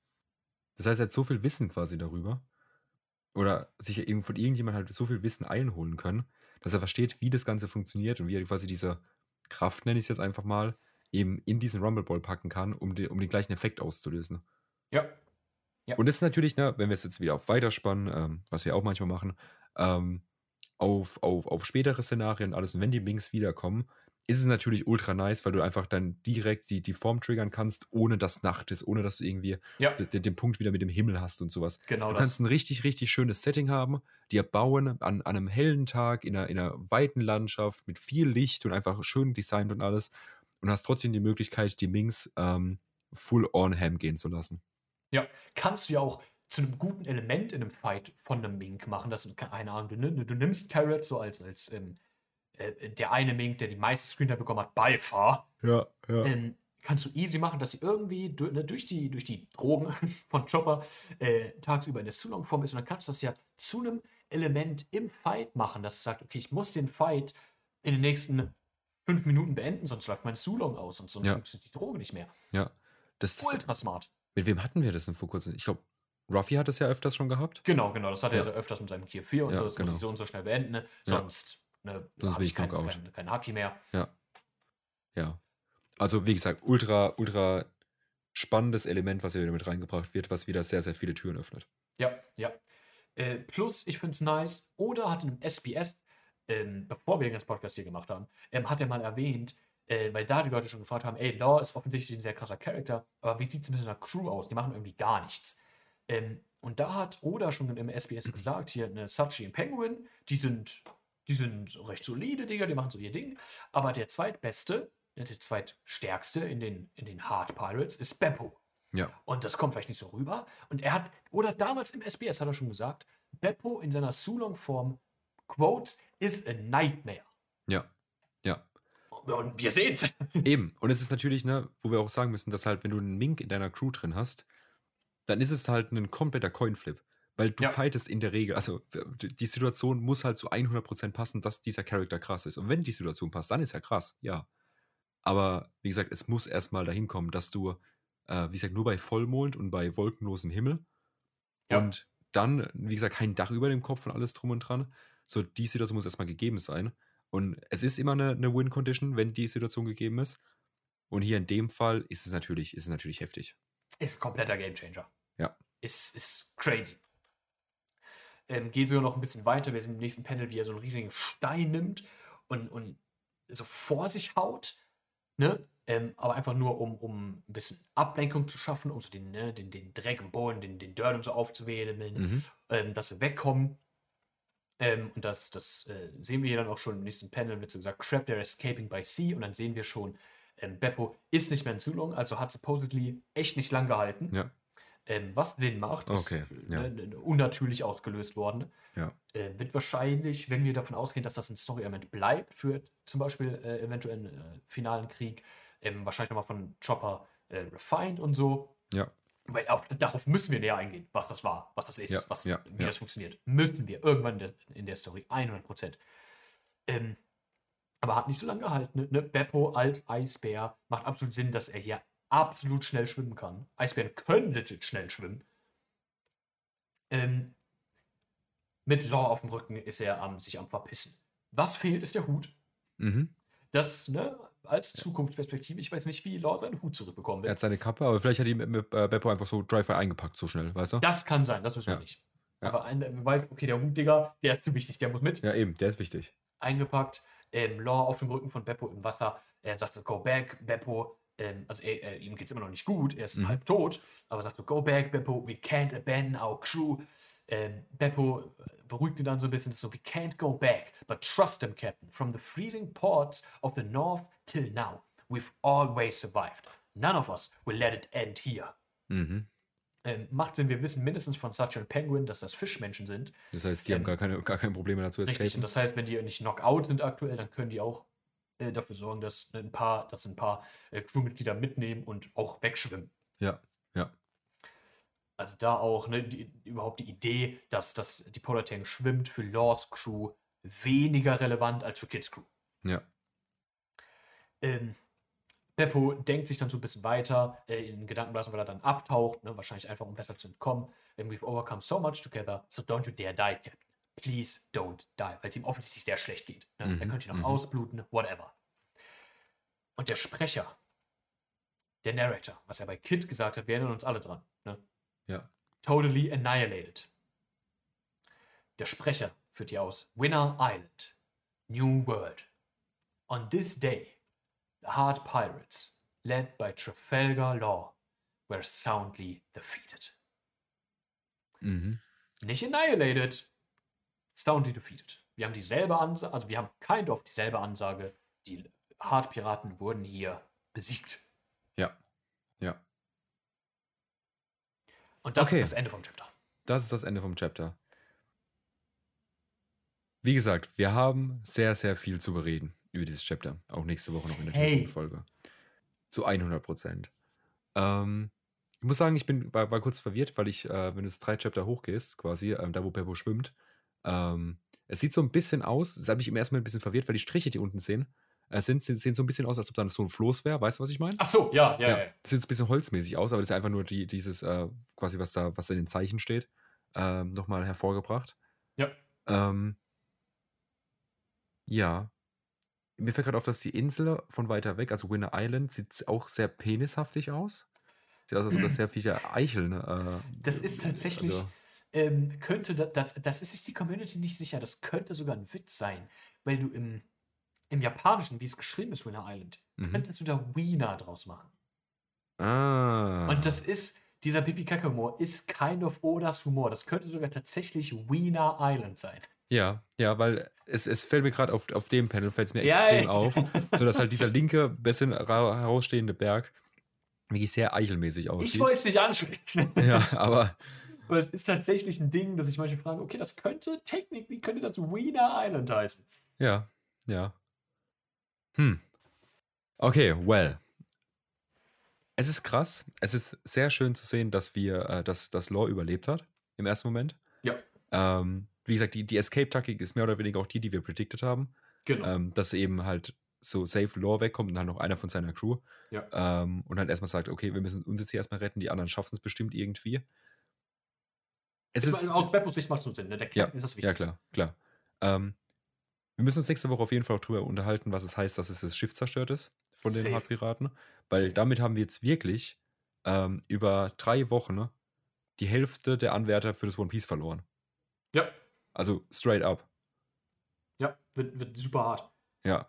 Das heißt, er hat so viel Wissen quasi darüber. Oder sich eben von irgendjemandem halt so viel Wissen einholen können, dass er versteht, wie das Ganze funktioniert und wie er quasi diese Kraft, nenne ich es jetzt einfach mal, eben in diesen Rumble Ball packen kann, um, den, um den gleichen Effekt auszulösen. Ja. Ja. Und das ist natürlich, ne, wenn wir es jetzt wieder auf weiterspannen, ähm, was wir auch manchmal machen, ähm, auf, auf, auf spätere Szenarien und alles, und wenn die Minks wiederkommen, ist es natürlich ultra nice, weil du einfach dann direkt die, die Form triggern kannst, ohne dass Nacht ist, ohne dass du irgendwie Ja, den, den Punkt wieder mit dem Himmel hast und sowas. genau Du das. kannst ein richtig, richtig schönes Setting haben, dir bauen an, an einem hellen Tag, in einer, in einer weiten Landschaft, mit viel Licht und einfach schön designt und alles, und hast trotzdem die Möglichkeit, die Minks ähm, full on ham gehen zu lassen. Ja, kannst du ja auch zu einem guten Element in einem Fight von einem Mink machen. Das ist, keine Ahnung, du, nimm- du nimmst Carrot so als, als ähm, äh, der eine Mink, der die meisten Screener bekommen hat, by far. Ja, ja. Ähm, kannst du easy machen, dass sie irgendwie du, ne, durch, die, durch die Drogen von Chopper äh, tagsüber in der Sulong-Form ist. Und dann kannst du das ja zu einem Element im Fight machen, dass du sagst, okay, ich muss den Fight in den nächsten fünf Minuten beenden, sonst läuft mein Sulong aus und sonst Ja. funktioniert die Droge nicht mehr. Ja. Das, das, Ultra smart. mit wem hatten wir das denn vor kurzem? Ich glaube, Ruffy hat es ja öfters schon gehabt. Genau, genau. Das hat er Ja. ja öfters mit seinem Gear vier und Ja, so. Das genau. muss ich so und so schnell beenden. Ne? Ja. Sonst ne, Sonst habe bin ich ich keinen Knockout. kein, kein Haki mehr. Ja. Ja. Also, wie gesagt, ultra, ultra spannendes Element, was hier wieder mit reingebracht wird, was wieder sehr, sehr viele Türen öffnet. Ja, ja. Äh, plus, ich finde es nice. Oder hat in einem S B S, ähm, bevor wir den ganzen Podcast hier gemacht haben, ähm, hat er mal erwähnt, äh, weil da die Leute schon gefragt haben, ey, Law ist offensichtlich ein sehr krasser Charakter, aber wie sieht es mit seiner Crew aus? Die machen irgendwie gar nichts. Ähm, und da hat Oda schon im S B S gesagt, hier eine Sachi und Penguin, die sind, die sind recht solide, Digga, die machen so ihr Ding. Aber der zweitbeste, der zweitstärkste in den, in den Hard Pirates ist Beppo. Ja. Und das kommt vielleicht nicht so rüber. Und er hat, oder damals im S B S hat er schon gesagt, Beppo in seiner Sulong-Form, Quote, is a nightmare. Ja. Ja. Und wir sehen's. Eben. Und es ist natürlich, ne, wo wir auch sagen müssen, dass halt, wenn du einen Mink in deiner Crew drin hast, dann ist es halt ein kompletter Coinflip. Weil du Ja. fightest in der Regel, also die Situation muss halt zu hundert Prozent passen, dass dieser Charakter krass ist. Und wenn die Situation passt, dann ist er krass, ja. Aber wie gesagt, es muss erstmal dahin kommen, dass du, äh, wie gesagt, nur bei Vollmond und bei wolkenlosem Himmel Ja. und dann, wie gesagt, kein Dach über dem Kopf und alles drum und dran. So, die Situation muss erstmal gegeben sein. Und es ist immer eine, eine Win-Condition, wenn die Situation gegeben ist. Und hier in dem Fall ist es natürlich, ist es natürlich heftig. Ist kompletter Gamechanger. Ja. Ist, ist crazy. Ähm, geht sogar noch ein bisschen weiter. Wir sind im nächsten Panel, wie er so einen riesigen Stein nimmt und, und so vor sich haut. Ne? Ähm, aber einfach nur, um, um ein bisschen Ablenkung zu schaffen, um so den, ne, den, den Dreck im Boden, den, den Dirt und so aufzuwählen, Mhm. ähm, dass sie wegkommen. Ähm, und das, das äh, sehen wir hier dann auch schon im nächsten Panel, wird so gesagt, Crab, they're escaping by sea. Und dann sehen wir schon, ähm, Beppo ist nicht mehr in Sulong, also hat supposedly echt nicht lang gehalten. Ja. Ähm, was Sinn macht, ist Okay, äh, ja. ne, unnatürlich ausgelöst worden. Ja. Äh, wird wahrscheinlich, wenn wir davon ausgehen, dass das ein Story-Element bleibt, für zum Beispiel äh, eventuell einen äh, finalen Krieg, ähm, wahrscheinlich nochmal von Chopper äh, refined und so. Ja. Weil auf, darauf müssen wir näher eingehen, was das war, was das ist, Ja, was, ja, wie ja. das funktioniert. Müssen wir irgendwann in der, in der Story, hundert Prozent. Ähm, aber hat nicht so lange gehalten. Ne? Beppo als Eisbär macht absolut Sinn, dass er hier absolut schnell schwimmen kann. Eisbären können legit schnell schwimmen. Ähm, mit Law auf dem Rücken ist er am, sich am Verpissen. Was fehlt, ist der Hut. Mhm. Das, ne, als Zukunftsperspektive, ich weiß nicht, wie Law seinen Hut zurückbekommen Er wird. hat seine Kappe, aber vielleicht hat die mit, mit äh, Beppo einfach so Drive-by eingepackt, so schnell, weißt du? Das kann sein, das wissen wir Ja. nicht. Ja. Aber ein, wir weiß, okay, der Hut, Digga, der ist zu wichtig, der muss mit. Ja, eben, der ist wichtig. Eingepackt. Ähm, Law auf dem Rücken von Beppo im Wasser. Er sagt so, go back, Beppo. Ähm, also er, er, ihm geht es immer noch nicht gut, er ist Mhm. halb tot, aber sagt so, go back, Beppo, we can't abandon our crew. Ähm, Beppo beruhigt ihn dann so ein bisschen, so, we can't go back, but trust him, Captain. From the freezing ports of the north till now, we've always survived. None of us will let it end here. Mhm. Ähm, macht Sinn, wir wissen mindestens von Such and Penguin, dass das Fischmenschen sind. Das heißt, die Ähm, haben gar keine, gar keine Probleme dazu Richtig, und escapen. das heißt, wenn die nicht Knockout sind aktuell, dann können die auch äh, dafür sorgen, dass ein paar, dass ein paar äh, Crewmitglieder mitnehmen und auch wegschwimmen. Ja, ja. Also da auch ne, die, überhaupt die Idee, dass, dass die Polar Tank schwimmt, für Laws Crew weniger relevant als für Kids Crew. Ja. Ähm, Beppo denkt sich dann so ein bisschen weiter, äh, in Gedankenblasen, weil er dann abtaucht, ne, wahrscheinlich einfach, um besser zu entkommen. Ähm, We've overcome so much together, so don't you dare die, Captain. Please don't die, weil es ihm offensichtlich sehr schlecht geht. Ne? Mhm, Er könnte ihn noch mhm. ausbluten, whatever. Und der Sprecher, der Narrator, was er bei Kid gesagt hat, wir erinnern uns alle dran. Ne? Ja. Totally annihilated. Der Sprecher führt hier aus. Winner Island. New World. On this day, the Hard Pirates, led by Trafalgar Law, were soundly defeated. Mhm. Nicht annihilated, soundly defeated. Wir haben dieselbe Ansage, also wir haben kind of dieselbe Ansage. Die Hard-Piraten wurden hier besiegt. Ja. Ja. Und das Okay. ist das Ende vom Chapter. Das ist das Ende vom Chapter. Wie gesagt, wir haben sehr, sehr viel zu bereden über dieses Chapter. Auch nächste Woche noch in der Hey. Folge. Zu hundert Prozent. Ähm, ich muss sagen, ich bin, war, war kurz verwirrt, weil ich, äh, wenn du es drei Chapter hochgehst, quasi, ähm, da wo Beppo schwimmt, ähm, es sieht so ein bisschen aus, das habe ich im ersten Mal ein bisschen verwirrt, weil die Striche, die unten sehen, äh, sind, sehen, sehen so ein bisschen aus, als ob da so ein Floß wäre. Weißt du, was ich meine? Ach so, ja, ja, ja. ja. Das sieht so ein bisschen holzmäßig aus, aber das ist einfach nur die, dieses, äh, quasi, was da, was in den Zeichen steht, ähm, nochmal hervorgebracht. Ja. Ähm, ja. Mir fällt gerade auf, dass die Insel von weiter weg, also Winter Island, sieht auch sehr penishaftig aus. Sieht aus, als ob das sehr viele Eicheln. Äh, Das ist tatsächlich, also, ähm, könnte, da- das, das ist sich die Community nicht sicher, das könnte sogar ein Witz sein, weil du im, im Japanischen, wie es geschrieben ist, Winter Island, Mhm. könntest du da Wiener draus machen. ah. Und das ist, dieser Pipi-Kacke-Humor ist kind of Odas Humor, das könnte sogar tatsächlich Wiener Island sein. Ja, ja, weil es, es fällt mir gerade auf, auf dem Panel, fällt es mir Ja, extrem ey. auf, sodass halt dieser linke, bisschen ra- herausstehende Berg wirklich sehr eichelmäßig aussieht. Ich wollte es nicht ansprechen. Ja, aber Aber es ist tatsächlich ein Ding, dass ich manchmal frage, okay, das könnte, technically könnte das Wiener Island heißen. ja, ja. Hm. Okay, well. Es ist krass. Es ist sehr schön zu sehen, dass wir, äh, dass das Law überlebt hat im ersten Moment. Ja, Ähm, wie gesagt, die, die Escape-Taktik ist mehr oder weniger auch die, die wir predicted haben. genau. Ähm, dass eben halt so safe Law wegkommt und dann noch einer von seiner Crew. Ja. Ähm, und dann erstmal sagt, okay, wir müssen uns jetzt hier erstmal retten, die anderen schaffen es bestimmt irgendwie. Es Ist ist. aus Beppos Sicht macht es nur Sinn, ne? Der Ja, Captain ist das ja, Wichtigste. klar, klar. Ähm, wir müssen uns nächste Woche auf jeden Fall auch drüber unterhalten, was es heißt, dass es das Schiff zerstört ist von den Safe. Hardpiraten. Weil Safe. damit haben wir jetzt wirklich ähm, über drei Wochen die Hälfte der Anwärter für das One Piece verloren. Ja, Also straight up. ja, wird, wird super hart. Ja.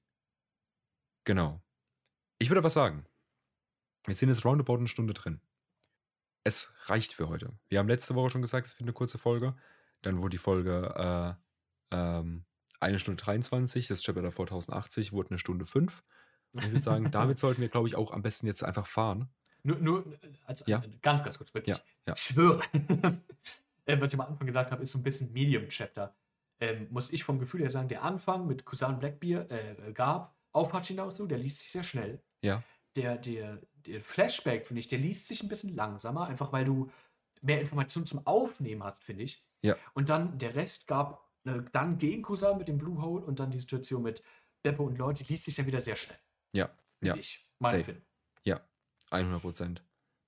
Genau. Ich würde aber sagen, wir sind jetzt roundabout eine Stunde drin. Es reicht für heute. Wir haben letzte Woche schon gesagt, es wird eine kurze Folge. Dann wurde die Folge äh, ähm, eine Stunde dreiundzwanzig, das Chapter davor tausendachtzig wurde eine Stunde fünf. Und ich würde sagen, damit sollten wir, glaube ich, auch am besten jetzt einfach fahren. Nur, nur als, Ja. ganz, ganz kurz, wirklich. Ja, ja. Ich schwöre. äh, was ich am Anfang gesagt habe, ist so ein bisschen Medium-Chapter. Ähm, muss ich vom Gefühl her sagen, der Anfang mit Kusan Blackbeard äh, gab auf Hachinasu, der liest sich sehr schnell. Ja. Der, der, der Flashback, finde ich, der liest sich ein bisschen langsamer, einfach weil du mehr Informationen zum Aufnehmen hast, finde ich. Ja. Und dann der Rest gab äh, dann gegen Kusan mit dem Blue Hole und dann die Situation mit Beppo und Lloyd, die liest sich dann wieder sehr schnell. Ja, Finde ja. ich. Mein Safe. Empfinden. Ja, hundert Prozent.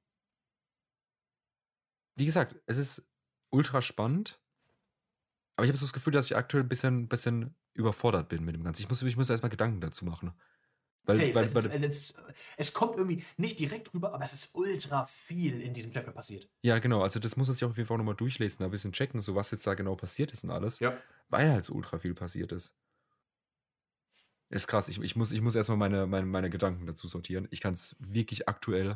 Wie gesagt, es ist ultra spannend, aber ich habe so das Gefühl, dass ich aktuell ein bisschen, bisschen überfordert bin mit dem Ganzen. Ich muss, ich muss erstmal Gedanken dazu machen. Weil, Safe. weil, es, weil, ist, es, es kommt irgendwie nicht direkt rüber, aber es ist ultra viel in diesem Chapter passiert. ja, genau, also das muss man sich auch auf jeden Fall nochmal durchlesen, da ein bisschen checken, so was jetzt da genau passiert ist und alles, Ja. weil halt so ultra viel passiert ist. Ist krass, ich, ich muss, ich muss erstmal meine, meine, meine Gedanken dazu sortieren. Ich kann es wirklich aktuell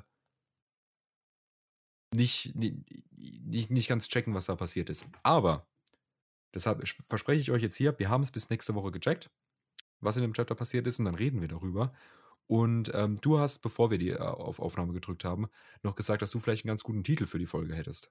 nicht, nicht, nicht ganz checken, was da passiert ist. Aber, deshalb verspreche ich euch jetzt hier, wir haben es bis nächste Woche gecheckt, was in dem Chapter passiert ist, und dann reden wir darüber. Und ähm, du hast, bevor wir die äh, auf Aufnahme gedrückt haben, noch gesagt, dass du vielleicht einen ganz guten Titel für die Folge hättest.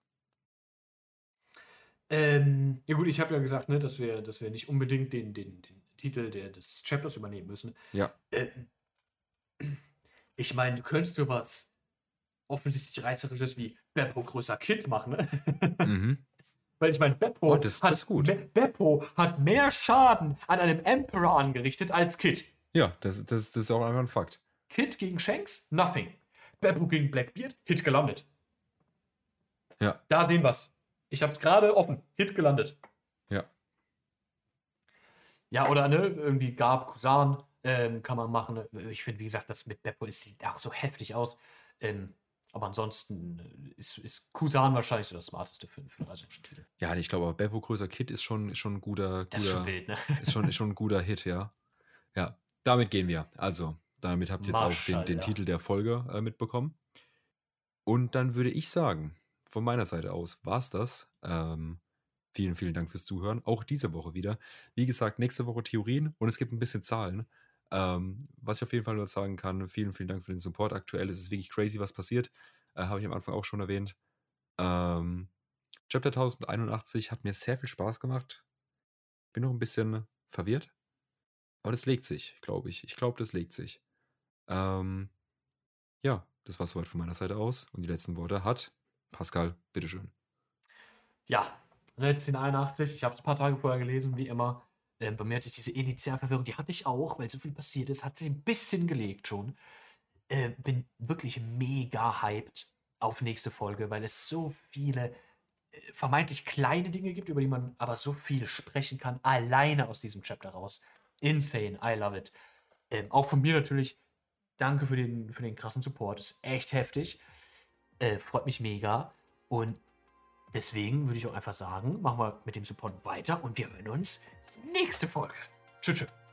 Ähm, ja gut, ich habe ja gesagt, ne, dass wir, dass wir nicht unbedingt den, den, den Titel der, des Chapters übernehmen müssen. Ja. Ähm, ich meine, du könntest du was offensichtlich Reißerisches wie Beppo größer Kid machen, ne? Mhm. Weil ich meine, Beppo, Oh, das- hat das ist gut. Me- Beppo hat mehr Schaden an einem Emperor angerichtet als Kid. Ja, das, das, das ist auch einfach ein Fakt. Kid gegen Shanks, nothing. Beppo gegen Blackbeard, Hit gelandet. Ja. Da sehen wir's. Ich hab's gerade offen. Hit gelandet. Ja. Ja, oder ne, irgendwie Gab, Kusan, ähm, kann man machen. Ich finde, wie gesagt, das mit Beppo ist, sieht auch so heftig aus. Ähm, aber ansonsten äh, ist, ist Kusan wahrscheinlich so das smarteste für, für den Reisungstitel. Ja, ich glaube, aber Beppo größer Kid ist schon, ist schon ein guter, Das ist schon guter wild, ne? ist schon, ist schon ein guter Hit, ja. Ja, damit gehen wir. Also, damit habt ihr jetzt auch den, den Maschallah. Titel der Folge äh, mitbekommen. Und dann würde ich sagen, von meiner Seite aus war es das. Ähm, vielen, vielen Dank fürs Zuhören. Auch diese Woche wieder. Wie gesagt, nächste Woche Theorien und es gibt ein bisschen Zahlen. Ähm, was ich auf jeden Fall nur sagen kann, vielen, vielen Dank für den Support. Aktuell ist es wirklich crazy, was passiert. Äh, Habe ich am Anfang auch schon erwähnt. Ähm, Chapter tausendeinundachtzig hat mir sehr viel Spaß gemacht. Bin noch ein bisschen verwirrt. Aber das legt sich, glaube ich. Ich glaube, das legt sich. Ähm, ja, das war soweit von meiner Seite aus. Und die letzten Worte hat Pascal, bitteschön. Ja, neunzehnhunderteinundachtzig, ich habe es ein paar Tage vorher gelesen, wie immer. Ähm, bei mir hatte ich diese Initialverwirrung, die hatte ich auch, weil so viel passiert ist, hat sich ein bisschen gelegt schon. Äh, bin wirklich mega hyped auf nächste Folge, weil es so viele äh, vermeintlich kleine Dinge gibt, über die man aber so viel sprechen kann, alleine aus diesem Chapter raus. Insane, I love it. Ähm, auch von mir natürlich, danke für den, für den krassen Support, ist echt heftig. Äh, freut mich mega. Und deswegen würde ich auch einfach sagen, machen wir mit dem Support weiter und wir hören uns nächste Folge. Tschüss. tschüss.